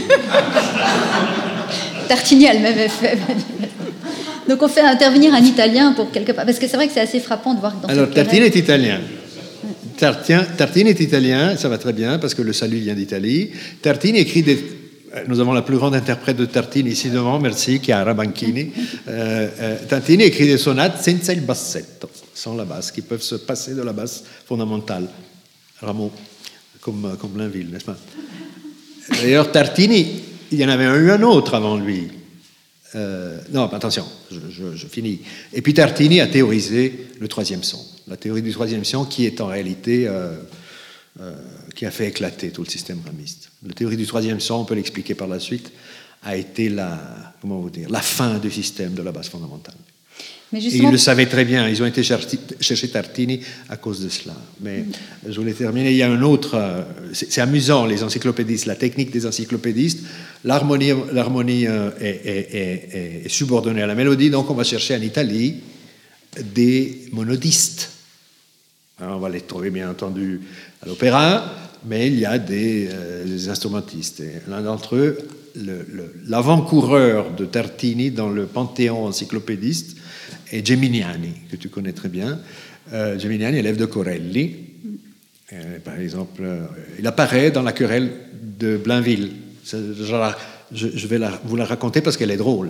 Tartini, elle m'avait fait. Donc on fait intervenir un Italien pour quelque part, parce que c'est vrai que c'est assez frappant de voir que dans alors Tartini est italien. Tartini est italien, ça va très bien parce que le salut vient d'Italie. Tartini écrit nous avons la plus grande interprète de Tartini ici devant, merci, Chiara Banchini. Tartini écrit des sonates senza il bassetto, sans la basse, qui peuvent se passer de la basse fondamentale. Rameau, comme Blainville, n'est-ce pas? D'ailleurs, Tartini, il y en avait eu un autre avant lui. Non, attention, je finis. Et puis Tartini a théorisé le troisième son, la théorie du troisième son, qui est en réalité qui a fait éclater tout le système ramiste. La théorie du troisième son, on peut l'expliquer par la suite, a été la fin du système de la basse fondamentale. Mais et ils le savaient très bien, ils ont été chercher Tartini à cause de cela. Mais je voulais terminer, il y a un autre, c'est amusant, les encyclopédistes, la technique des encyclopédistes, l'harmonie est subordonnée à la mélodie, donc on va chercher en Italie des monodistes. Alors on va les trouver bien entendu à l'opéra, mais il y a des instrumentistes. Et l'un d'entre eux, l'avant-coureur de Tartini dans le panthéon encyclopédiste, est Geminiani, que tu connais très bien. Geminiani, élève de Corelli. Par exemple, il apparaît dans la querelle de Blainville. Je vais vous la raconter parce qu'elle est drôle.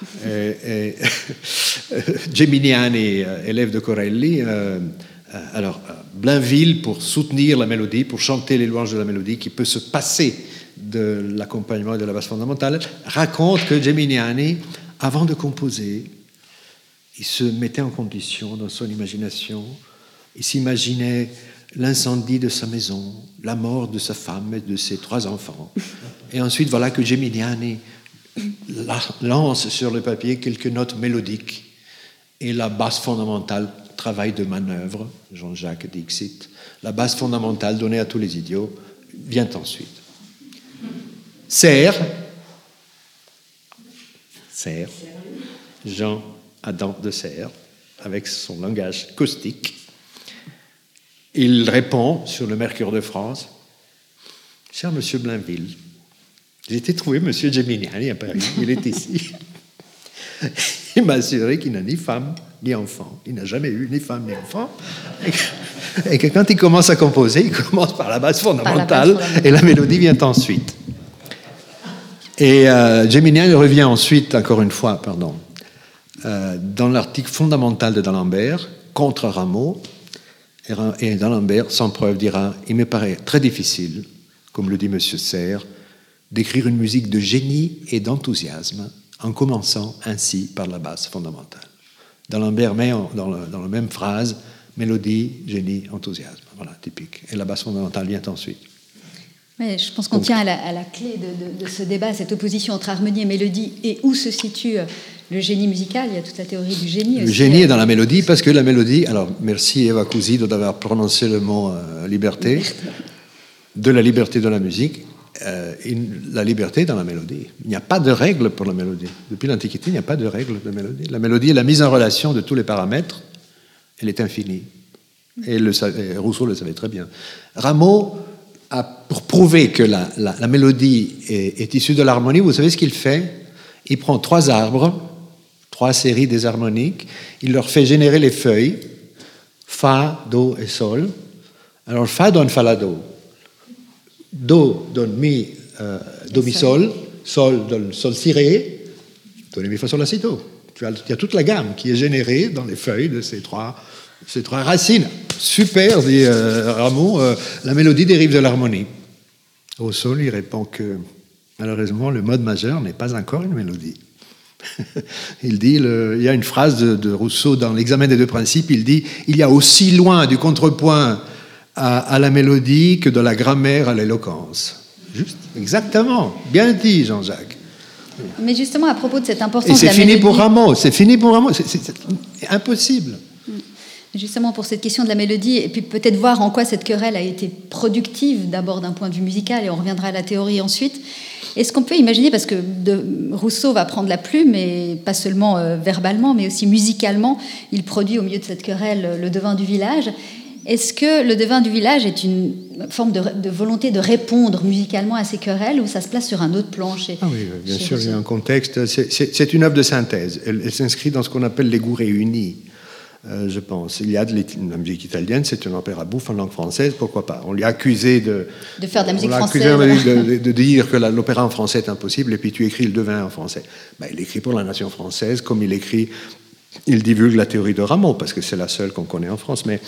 Geminiani, élève de Corelli. Alors, Blainville, pour soutenir la mélodie, pour chanter les louanges de la mélodie, qui peut se passer de l'accompagnement et de la basse fondamentale, raconte que Geminiani, avant de composer, il se mettait en condition dans son imagination, il s'imaginait l'incendie de sa maison, la mort de sa femme et de ses 3 enfants. Et ensuite, voilà que Geminiani lance sur le papier quelques notes mélodiques et la basse fondamentale, travail de manœuvre, Jean-Jacques Dixit, la basse fondamentale donnée à tous les idiots, vient ensuite. Serre, Jean Adam de Serres, avec son langage caustique. Il répond sur le Mercure de France: cher monsieur Blainville, j'ai été trouver monsieur Geminiani à Paris, il est ici. Il m'a assuré qu'il n'a ni femme ni enfant. Il n'a jamais eu ni femme ni enfant. Et que quand il commence à composer, il commence par la basse fondamentale et la mélodie vient ensuite. Et Geminiani revient ensuite, encore une fois, dans l'article fondamental de d'Alembert contre Rameau. Et d'Alembert, sans preuve, dira: il me paraît très difficile, comme le dit M. Serres, d'écrire une musique de génie et d'enthousiasme en commençant ainsi par la basse fondamentale. D'Alembert met dans la même phrase mélodie, génie, enthousiasme. Voilà, typique. Et la basse fondamentale vient ensuite. Mais je pense qu'on tient à la clé de ce débat, cette opposition entre harmonie et mélodie, et où se situe le génie musical. Il y a toute la théorie du génie aussi. Le génie est dans la mélodie, parce que la mélodie... Alors, merci Eva Cousido d'avoir prononcé le mot liberté, de la liberté de la musique. La liberté dans la mélodie. Il n'y a pas de règle pour la mélodie. Depuis l'Antiquité, il n'y a pas de règle de mélodie. La mélodie est la mise en relation de tous les paramètres. Elle est infinie. Et Rousseau le savait très bien. Rameau, pour prouver que la mélodie est issue de l'harmonie, vous savez ce qu'il fait? Il prend 3 arbres, 3 séries désharmoniques, il leur fait générer les feuilles, Fa, Do et Sol. Alors Fa donne Fa, La, Do. Do donne Mi, Do, Mi, Sol. Sol donne Sol, Si, Ré. Do, Mi, Fa, Sol, La, Si, Do. Il y a toute la gamme qui est générée dans les feuilles de ces trois racines. Super, dit Rameau, la mélodie dérive de l'harmonie. Au Sol, il répond que, malheureusement, le mode majeur n'est pas encore une mélodie. Il dit, il y a une phrase de Rousseau dans l'Examen des 2 principes, il dit « Il y a aussi loin du contrepoint à la mélodie que de la grammaire à l'éloquence. » Juste, exactement, bien dit Jean-Jacques. Mais justement, à propos de cette importance de la mélodie... c'est fini pour Rameau, c'est impossible. Justement, pour cette question de la mélodie, et puis peut-être voir en quoi cette querelle a été productive, d'abord d'un point de vue musical, et on reviendra à la théorie ensuite. Est-ce qu'on peut imaginer, parce que Rousseau va prendre la plume, et pas seulement verbalement, mais aussi musicalement, il produit au milieu de cette querelle le devin du village. Est-ce que le devin du village est une forme de volonté de répondre musicalement à ces querelles, ou ça se place sur un autre plan chez oui, bien sûr, il y a un contexte. C'est une œuvre de synthèse. Elle s'inscrit dans ce qu'on appelle les goûts réunis. Je pense. Il y a la musique italienne, c'est un opéra bouffe en langue française, pourquoi pas? On lui a accusé de faire de la musique française. De dire que l'opéra en français est impossible, et puis tu écris le devin en français. Il écrit pour la nation française, comme il divulgue la théorie de Rameau, parce que c'est la seule qu'on connaît en France. Mais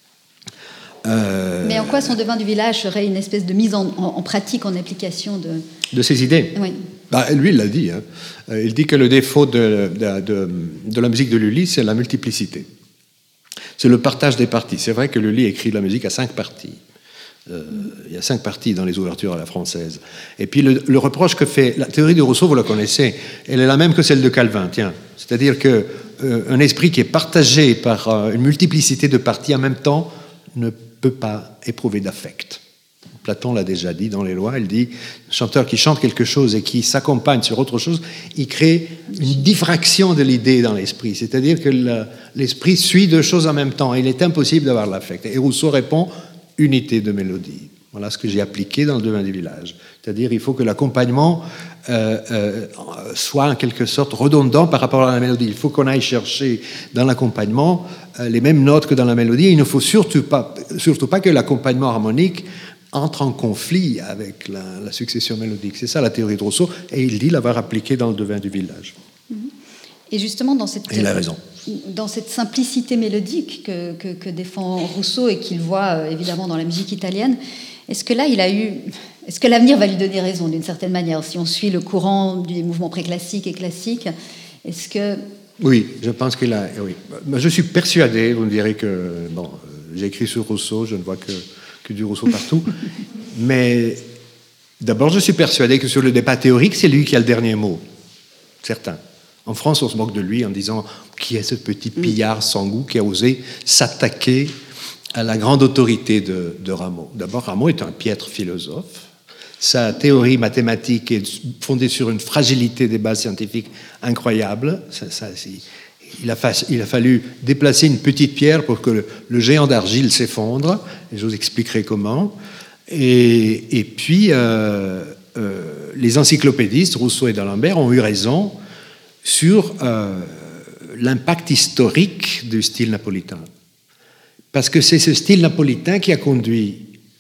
en quoi son devin du village serait une espèce de mise en pratique, en application de ses idées? Oui. Lui, il l'a dit. Il dit que le défaut de la musique de Lully, c'est la multiplicité. C'est le partage des parties. C'est vrai que Lully écrit la musique à 5 parties. Il y a 5 parties dans les ouvertures à la française. Et puis le reproche que fait la théorie de Rousseau, vous la connaissez, elle est la même que celle de Calvin, tiens. C'est-à-dire qu'un esprit qui est partagé par une multiplicité de parties en même temps ne peut pas éprouver d'affect. Platon l'a déjà dit dans les Lois, il dit, un chanteur qui chante quelque chose et qui s'accompagne sur autre chose, il crée une diffraction de l'idée dans l'esprit, c'est-à-dire que l'esprit suit 2 choses en même temps, il est impossible d'avoir l'affect. Et Rousseau répond, unité de mélodie. Voilà ce que j'ai appliqué dans le devin du village. C'est-à-dire il faut que l'accompagnement soit en quelque sorte redondant par rapport à la mélodie. Il faut qu'on aille chercher dans l'accompagnement les mêmes notes que dans la mélodie. Il ne faut surtout pas que l'accompagnement harmonique entre en conflit avec la succession mélodique. C'est ça la théorie de Rousseau, et il dit l'avoir appliquée dans le devin du village. Et justement, dans cette, il a raison. Dans cette simplicité mélodique que défend Rousseau et qu'il voit évidemment dans la musique italienne, est-ce que l'avenir va lui donner raison d'une certaine manière, si on suit le courant du mouvement préclassique et classique? Est-ce que... Oui, je pense qu'il a... Oui. Je suis persuadé, vous me direz que... Bon, j'ai écrit sur Rousseau, je ne vois que du Rousseau partout, mais d'abord je suis persuadé que sur le débat théorique, c'est lui qui a le dernier mot, certain. En France, on se moque de lui en disant qui est ce petit pillard sans goût qui a osé s'attaquer à la grande autorité de Rameau. D'abord, Rameau est un piètre philosophe. Sa théorie mathématique est fondée sur une fragilité des bases scientifiques incroyable. Il a fallu déplacer une petite pierre pour que le géant d'argile s'effondre. Et je vous expliquerai comment. Et puis, les encyclopédistes, Rousseau et d'Alembert, ont eu raison sur l'impact historique du style napolitain. Parce que c'est ce style napolitain qui a conduit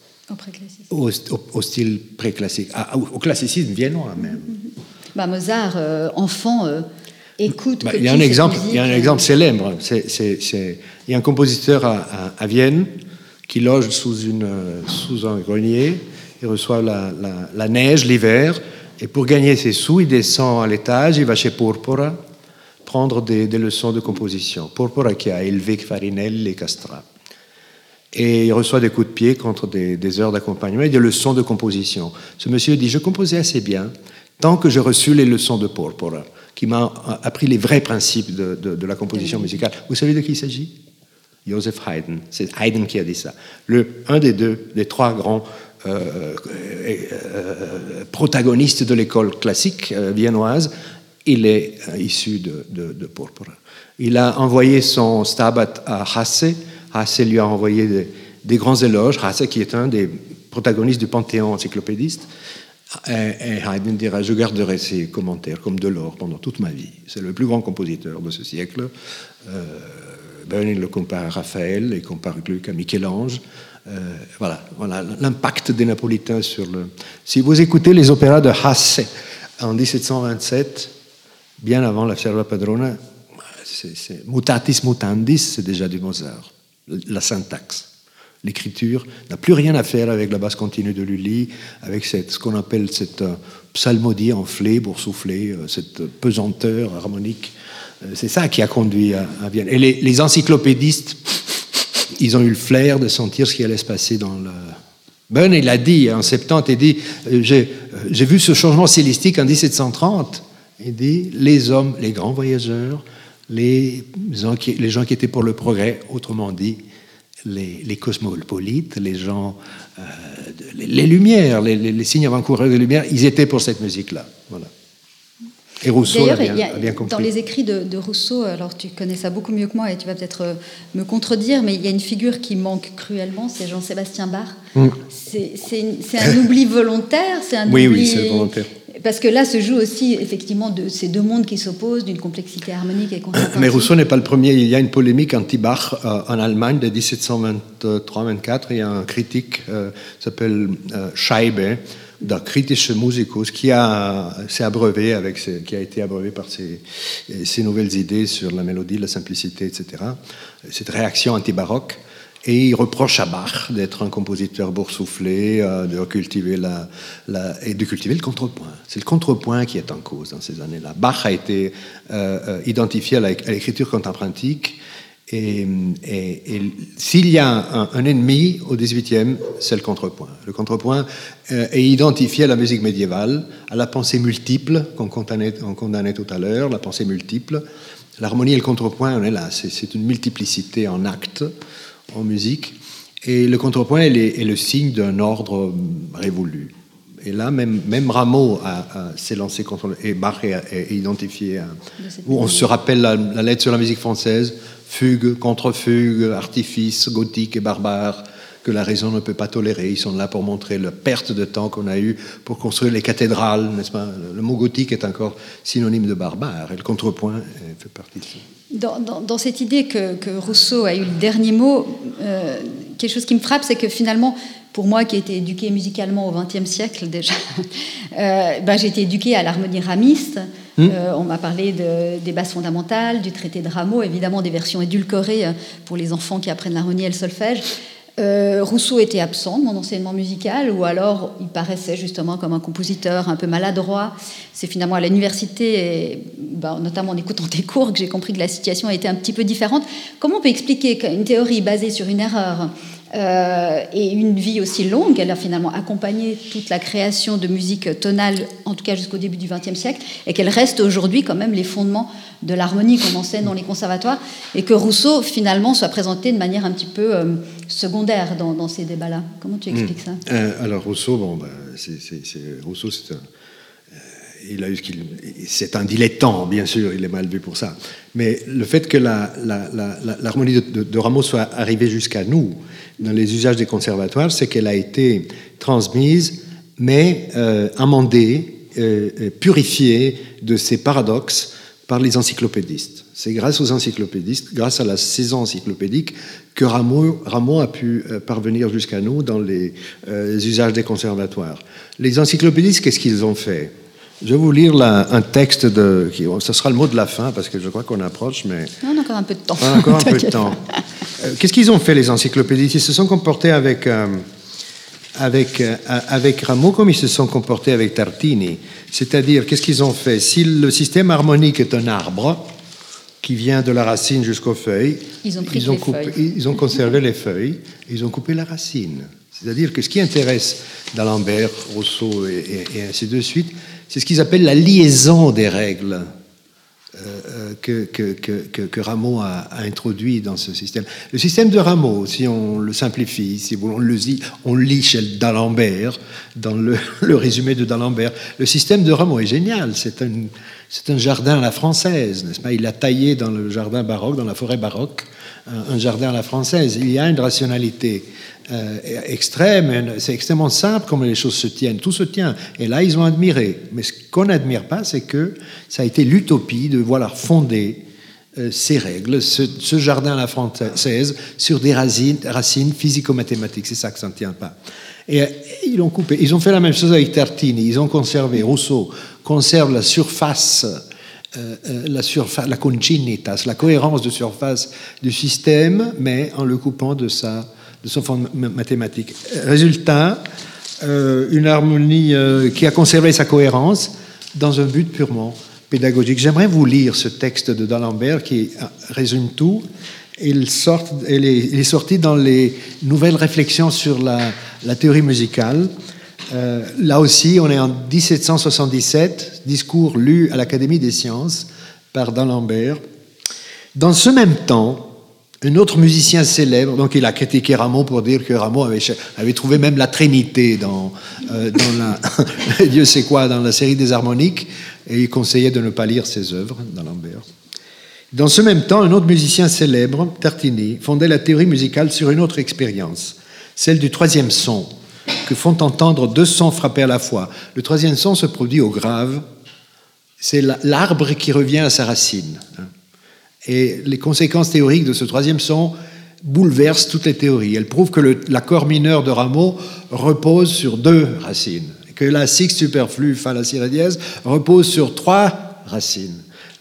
au style préclassique, au classicisme viennois même. Mozart, enfant, écoute... il y a un exemple célèbre. Il y a un compositeur à Vienne qui loge sous un grenier, il reçoit la neige l'hiver, et pour gagner ses sous, il descend à l'étage, il va chez Porpora prendre des leçons de composition. Porpora qui a élevé Farinelli et Castra. Et il reçoit des coups de pied contre des heures d'accompagnement et des leçons de composition. Ce monsieur dit, je composais assez bien tant que j'ai reçu les leçons de Porpora, qui m'a appris les vrais principes de la composition musicale. Vous savez de qui il s'agit? Joseph Haydn. C'est Haydn qui a dit ça. Un des 3 grands protagoniste de l'école classique viennoise, il est issu de Porpora. Il a envoyé son Stabat à Hasse. Hasse lui a envoyé des grands éloges. Hasse, qui est un des protagonistes du panthéon encyclopédiste. Et Haydn dira, je garderai ses commentaires comme de l'or pendant toute ma vie. C'est le plus grand compositeur de ce siècle. Böhning le compare à Raphaël et compare Gluck à Michel-Ange. Voilà l'impact des Napolitains sur le... Si vous écoutez les opéras de Hasse en 1727, bien avant la Serva Padrona, c'est mutatis mutandis, c'est déjà du Mozart. La syntaxe, l'écriture n'a plus rien à faire avec la basse continue de Lully, avec ce qu'on appelle cette psalmodie enflée, boursouflée, cette pesanteur harmonique. C'est ça qui a conduit à Vienne. Et les encyclopédistes, ils ont eu le flair de sentir ce qui allait se passer dans le... Böhning l'a dit en 70, il dit j'ai vu ce changement stylistique en 1730. Il dit les hommes, les grands voyageurs, les gens qui étaient pour le progrès, autrement dit les cosmopolites, les gens, les lumières, les signes avant-coureurs des lumières, ils étaient pour cette musique-là. Voilà. Et Rousseau a bien compris. Dans les écrits de Rousseau, alors tu connais ça beaucoup mieux que moi et tu vas peut-être me contredire, mais il y a une figure qui manque cruellement, c'est Jean-Sébastien Bach. C'est un oubli volontaire, c'est un oubli... Oui, c'est volontaire. Parce que là se joue aussi effectivement de ces 2 mondes qui s'opposent, d'une complexité harmonique et contemporaine. Mais Rousseau n'est pas le premier. Il y a une polémique anti-Bach en Allemagne de 1723-24. Il y a un critique qui s'appelle Scheibe, der kritische Musikus, qui a été abreuvé par ces nouvelles idées sur la mélodie, la simplicité, etc. Cette réaction anti-baroque. Et il reproche à Bach d'être un compositeur boursouflé, de cultiver et de cultiver le contrepoint. C'est le contrepoint qui est en cause dans ces années-là. Bach a été identifié à l'écriture contemporaine Et s'il y a un ennemi au XVIIIe, c'est le contrepoint. Le contrepoint est identifié à la musique médiévale, à la pensée multiple qu'on condamnait tout à l'heure, la pensée multiple. L'harmonie et le contrepoint, on est là. C'est une multiplicité en actes, en musique. Et le contrepoint est le signe d'un ordre révolu. Et là, même Rameau s'est lancé contre... Et Bach est identifié. Où on se rappelle la lettre sur la musique française, fugue, contre-fugue, artifice, gothique et barbare, que la raison ne peut pas tolérer. Ils sont là pour montrer la perte de temps qu'on a eue pour construire les cathédrales, n'est-ce pas? Le mot gothique est encore synonyme de barbare, et le contrepoint fait partie de ça. Dans cette idée que Rousseau a eu le dernier mot, quelque chose qui me frappe, c'est que finalement, pour moi qui ai été éduquée musicalement au XXe siècle déjà, j'ai été éduquée à l'harmonie ramiste. On m'a parlé des bases fondamentales, du traité de Rameau, évidemment des versions édulcorées pour les enfants qui apprennent l'harmonie et le solfège. Rousseau était absent de mon enseignement musical, ou alors il paraissait justement comme un compositeur un peu maladroit. C'est finalement à l'université, et, notamment en écoutant tes cours, que j'ai compris que la situation était un petit peu différente. Comment on peut expliquer qu'une théorie basée sur une erreur et une vie aussi longue, elle a finalement accompagné toute la création de musique tonale, en tout cas jusqu'au début du XXe siècle, et qu'elle reste aujourd'hui quand même les fondements de l'harmonie qu'on enseigne dans les conservatoires, et que Rousseau finalement soit présenté de manière un petit peu secondaire dans ces débats-là. Comment tu expliques ça? Alors Rousseau, Rousseau c'est un dilettant, bien sûr, il est mal vu pour ça. Mais le fait que l'harmonie de Rameau soit arrivée jusqu'à nous, dans les usages des conservatoires, c'est qu'elle a été transmise, mais amendée, purifiée de ses paradoxes par les encyclopédistes. C'est grâce aux encyclopédistes, grâce à la saison encyclopédique, que Rameau a pu parvenir jusqu'à nous dans les usages des conservatoires. Les encyclopédistes, qu'est-ce qu'ils ont fait? Je vais vous lire un texte ce sera le mot de la fin, parce que je crois qu'on approche, mais... On a encore un peu de temps. On a encore un peu de temps. Qu'est-ce qu'ils ont fait, les encyclopédistes? Ils se sont comportés avec Rameau comme ils se sont comportés avec Tartini. C'est-à-dire, qu'est-ce qu'ils ont fait? Si le système harmonique est un arbre qui vient de la racine jusqu'aux feuilles, ils ont conservé les feuilles, ils ont coupé la racine. C'est-à-dire que ce qui intéresse d'Alembert, Rousseau et ainsi de suite, c'est ce qu'ils appellent la liaison des règles que Rameau a introduit dans ce système. Le système de Rameau, si on le simplifie, si on le lit chez d'Alembert, dans le résumé de d'Alembert, le système de Rameau est génial. C'est un jardin à la française, n'est-ce pas? Il a taillé dans le jardin baroque, dans la forêt baroque, un jardin à la française. Il y a une rationalité extrême, c'est extrêmement simple comment les choses se tiennent, tout se tient, et là ils ont admiré. Mais ce qu'on n'admire pas, c'est que ça a été l'utopie de fonder ces règles, ce jardin à la française, sur des racines physico-mathématiques. C'est ça que ça ne tient pas. Et ils l'ont coupé. Ils ont fait la même chose avec Tartini. Ils ont conservé, Rousseau conserve la surface, la concinitas, la cohérence de surface du système, mais en le coupant de son fond mathématique. Résultat, une harmonie qui a conservé sa cohérence dans un but purement pédagogique. J'aimerais vous lire ce texte de d'Alembert qui résume tout. Il est sorti dans les nouvelles réflexions sur la théorie musicale. Là aussi, on est en 1777, discours lu à l'Académie des sciences par d'Alembert. Dans ce même temps, un autre musicien célèbre, donc il a critiqué Rameau pour dire que Rameau avait trouvé même la Trinité dans Dieu sait quoi, dans la série des harmoniques, et il conseillait de ne pas lire ses œuvres, d'Alembert. Dans ce même temps, un autre musicien célèbre, Tartini, fondait la théorie musicale sur une autre expérience, celle du troisième son, que font entendre deux sons frappés à la fois. Le troisième son se produit au grave, c'est l'arbre qui revient à sa racine. Et les conséquences théoriques de ce troisième son bouleversent toutes les théories. Elles prouvent que l'accord mineur de Rameau repose sur deux racines, que la sixte superflue, fa, la, si, ré, dièse, repose sur trois racines.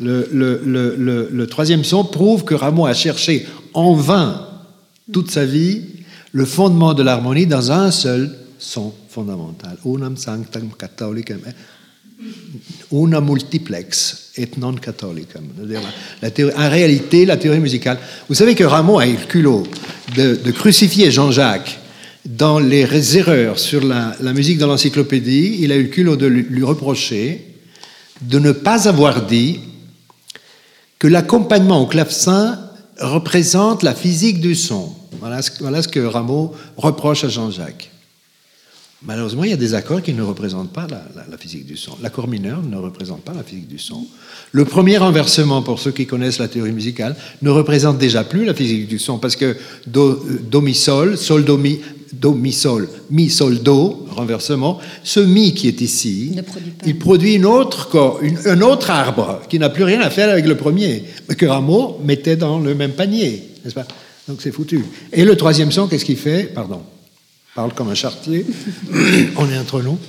Le troisième son prouve que Rameau a cherché en vain toute sa vie le fondement de l'harmonie dans un seul son fondamental. Unam sanctam catholicam. una multiplex et non catholicam. En réalité, la théorie musicale... Vous savez que Rameau a eu le culot de crucifier Jean-Jacques dans les erreurs sur la musique dans l'encyclopédie. Il a eu le culot de lui reprocher de ne pas avoir dit que l'accompagnement au clavecin représente la physique du son. Voilà ce que Rameau reproche à Jean-Jacques. Malheureusement, il y a des accords qui ne représentent pas la physique du son. L'accord mineur ne représente pas la physique du son. Le premier renversement, pour ceux qui connaissent la théorie musicale, ne représente déjà plus la physique du son, parce que do mi sol, sol do mi sol do, renversement, ce mi qui est ici, il produit un autre arbre qui n'a plus rien à faire avec le premier, mais que Rameau mettait dans le même panier, n'est-ce pas? Donc c'est foutu. Et le troisième son, qu'est-ce qu'il fait? Pardon. Parle comme un chartier, on est entre nous.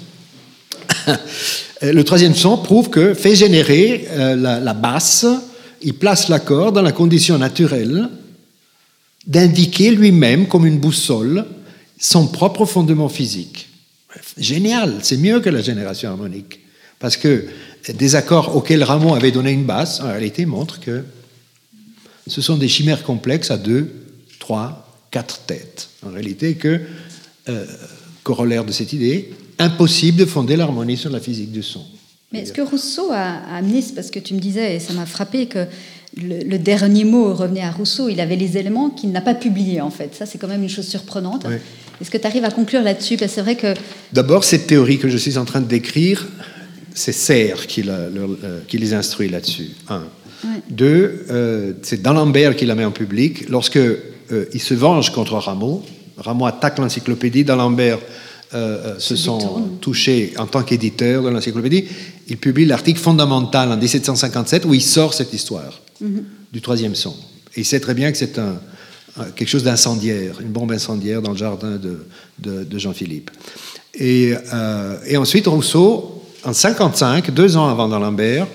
Le troisième son fait générer la basse, il place l'accord dans la condition naturelle d'indiquer lui-même, comme une boussole, son propre fondement physique. Génial, c'est mieux que la génération harmonique, parce que des accords auxquels Rameau avait donné une basse, en réalité, montrent que ce sont des chimères complexes à 2, 3, 4 têtes. En réalité, corollaire de cette idée, impossible de fonder l'harmonie sur la physique du son. Mais est-ce que Rousseau a amené, parce que tu me disais, et ça m'a frappé, que le dernier mot revenait à Rousseau, il avait les éléments qu'il n'a pas publiés, en fait. Ça, c'est quand même une chose surprenante. Oui. Est-ce que tu arrives à conclure là-dessus? Parce que c'est vrai que... D'abord, cette théorie que je suis en train de décrire, c'est Serre qui les instruit là-dessus. 1. Oui. 2, c'est d'Alembert qui la met en public. Lorsque il se venge contre Rameau attaque l'encyclopédie, d'Alembert se sont touchés en tant qu'éditeur de l'encyclopédie. Il publie l'article fondamental en 1757 où il sort cette histoire du troisième son. Et il sait très bien que c'est quelque chose d'incendiaire, une bombe incendiaire dans le jardin de Jean-Philippe. Et ensuite, Rousseau, en 1955, 2 ans avant d'Alembert,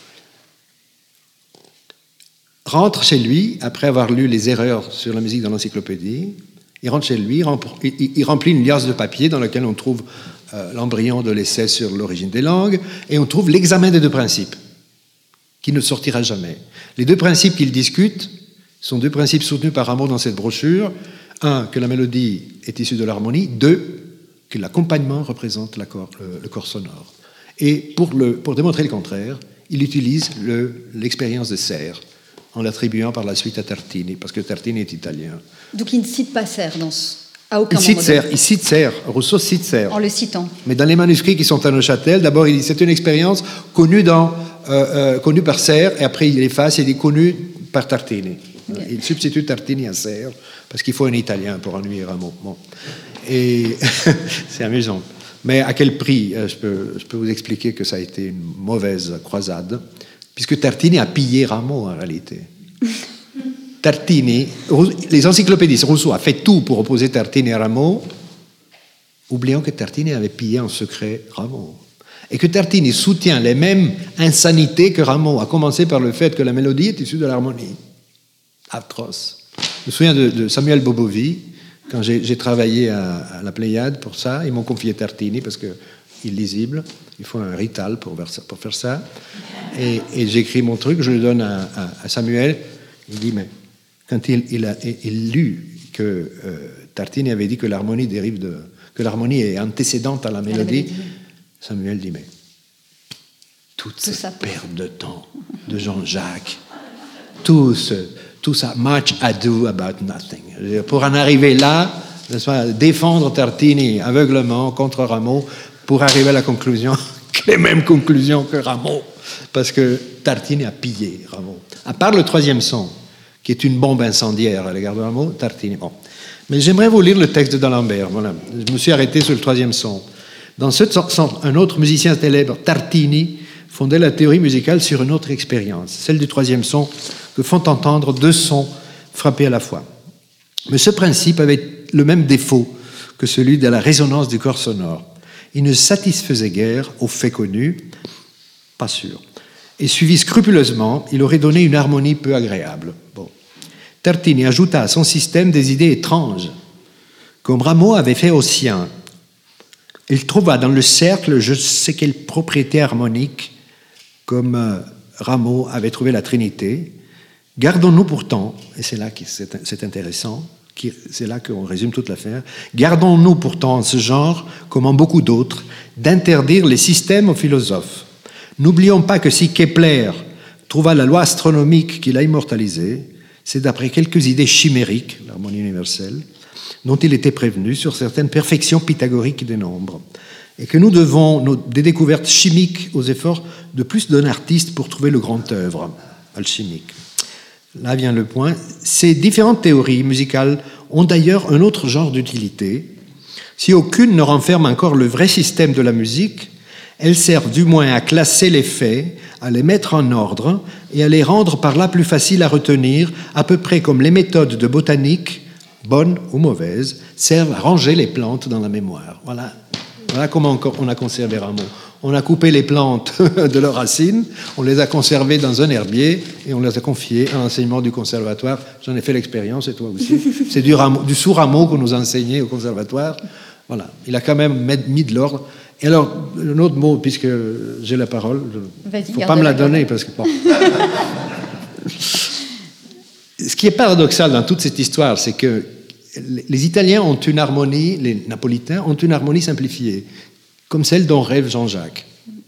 rentre chez lui, après avoir lu les erreurs sur la musique dans l'encyclopédie. Il rentre chez lui, il remplit une liasse de papier dans laquelle on trouve l'embryon de l'essai sur l'origine des langues, et on trouve l'examen des 2 principes, qui ne sortira jamais. Les 2 principes qu'il discute sont 2 principes soutenus par Rameau dans cette brochure. 1, que la mélodie est issue de l'harmonie. 2, que l'accompagnement représente le corps sonore. Et pour démontrer le contraire, il utilise l'expérience de Serre, en l'attribuant par la suite à Tartini, parce que Tartini est italien. Donc il ne cite pas Serre à aucun moment. Il cite Serre, Rousseau cite Serre. En le citant. Mais dans les manuscrits qui sont à Neuchâtel, d'abord il dit c'est une expérience connue par Serre, et après il efface et il dit connue par Tartini. Okay. Il substitue Tartini à Serre, parce qu'il faut un italien pour ennuyer Rameau. Bon. Et c'est amusant. Mais à quel prix? Je peux vous expliquer que ça a été une mauvaise croisade, puisque Tartini a pillé Rameau en réalité. Tartini, les encyclopédistes, Rousseau a fait tout pour opposer Tartini à Rameau, oubliant que Tartini avait pillé en secret Rameau. Et que Tartini soutient les mêmes insanités que Rameau, à commencer par le fait que la mélodie est issue de l'harmonie. Atroce. Je me souviens de Samuel Bobovi, quand j'ai travaillé à la Pléiade pour ça, ils m'ont confié Tartini parce qu'il est lisible, il faut un rital pour faire ça. Et j'écris mon truc, je le donne à Samuel, il dit, mais quand il lut que Tartini avait dit que l'harmonie est antécédente à la mélodie, Samuel dit, mais toute cette perte de temps de Jean-Jacques, tout ça, much ado about nothing. Pour en arriver là, défendre Tartini aveuglement contre Rameau, pour arriver à la conclusion, les mêmes conclusions que Rameau, parce que Tartini a pillé Rameau. À part le troisième son, qui est une bombe incendiaire à l'égard de Rameau, Tartini. Bon. Mais j'aimerais vous lire le texte d'Alembert. Voilà. Je me suis arrêté sur le troisième son. Dans ce sens, un autre musicien célèbre, Tartini, fondait la théorie musicale sur une autre expérience, celle du troisième son, que font entendre 2 sons frappés à la fois. Mais ce principe avait le même défaut que celui de la résonance du corps sonore. Il ne satisfaisait guère aux faits connus, pas sûr. Et suivi scrupuleusement, il aurait donné une harmonie peu agréable. Bon. Tartini ajouta à son système des idées étranges, comme Rameau avait fait au sien. Il trouva dans le cercle je ne sais quelle propriété harmonique, comme Rameau avait trouvé la Trinité. Gardons-nous pourtant, et c'est là que c'est intéressant, c'est là qu'on résume toute l'affaire, gardons-nous pourtant en ce genre, comme en beaucoup d'autres, d'interdire les systèmes aux philosophes. N'oublions pas que si Kepler trouva la loi astronomique qu'il a immortalisée, c'est d'après quelques idées chimériques, l'harmonie universelle, dont il était prévenu sur certaines perfections pythagoriques des nombres, et que nous devons des découvertes chimiques aux efforts de plus d'un artiste pour trouver le grand œuvre alchimique. Là vient le point. Ces différentes théories musicales ont d'ailleurs un autre genre d'utilité. Si aucune ne renferme encore le vrai système de la musique, elles servent du moins à classer les faits, à les mettre en ordre et à les rendre par là plus faciles à retenir, à peu près comme les méthodes de botanique, bonnes ou mauvaises, servent à ranger les plantes dans la mémoire. Voilà comment on a conservé Rameau. On a coupé les plantes de leurs racines, on les a conservées dans un herbier et on les a confiées à l'enseignement du conservatoire. J'en ai fait l'expérience, et toi aussi. C'est du sous-Rameau qu'on nous a enseigné au conservatoire. Voilà, il a quand même mis de l'ordre. Et alors, un autre mot, puisque j'ai la parole, il ne faut pas me la donner, parce que... Bon. Ce qui est paradoxal dans toute cette histoire, c'est que les Italiens ont une harmonie, les Napolitains ont une harmonie simplifiée, comme celle dont rêve Jean-Jacques,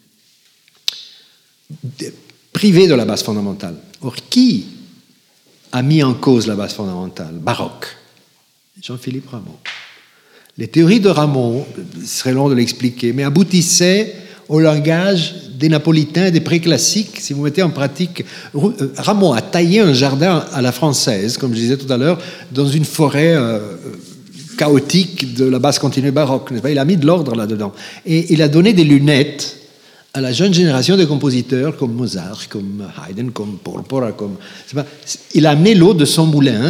privé de la basse fondamentale. Or, qui a mis en cause la basse fondamentale baroque? Jean-Philippe Rameau. Les théories de Rameau, il serait long de l'expliquer, mais aboutissaient au langage des Napolitains, des préclassiques. Si vous mettez en pratique, Rameau a taillé un jardin à la française, comme je disais tout à l'heure, dans une forêt chaotique de la basse continue baroque. N'est-ce pas? Il a mis de l'ordre là-dedans. Et il a donné des lunettes à la jeune génération de compositeurs comme Mozart, comme Haydn, comme Porpora. Il a amené l'eau de son moulin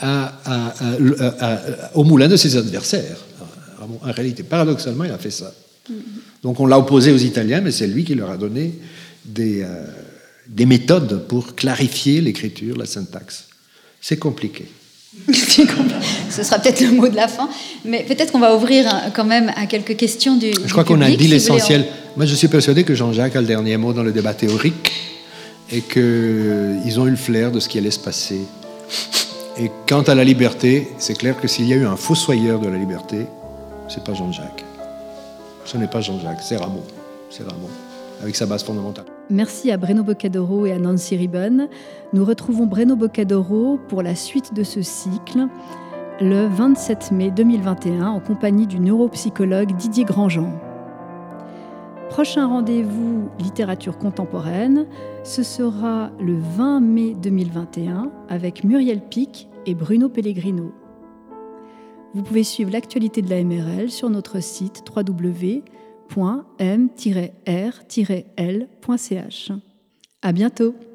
au moulin de ses adversaires. En réalité, paradoxalement, il a fait ça. Donc on l'a opposé aux Italiens, mais c'est lui qui leur a donné des méthodes pour clarifier l'écriture, la syntaxe. C'est compliqué. Ce sera peut-être le mot de la fin, mais peut-être qu'on va ouvrir quand même à quelques questions du public. Je crois qu'on a dit l'essentiel. Moi, je suis persuadé que Jean-Jacques a le dernier mot dans le débat théorique et qu'ils ont eu le flair de ce qui allait se passer. Et quant à la liberté, c'est clair que s'il y a eu un fossoyeur de la liberté, c'est pas Jean-Jacques. Ce n'est pas Jean-Jacques, c'est Rameau. C'est Rameau, avec sa base fondamentale. Merci à Breno Boccadoro et à Nancy Ribbon. Nous retrouvons Breno Boccadoro pour la suite de ce cycle le 27 mai 2021 en compagnie du neuropsychologue Didier Grandjean. Prochain rendez-vous littérature contemporaine, ce sera le 20 mai 2021 avec Muriel Pic et Bruno Pellegrino. Vous pouvez suivre l'actualité de la MRL sur notre site www.m-r-l.ch. À bientôt.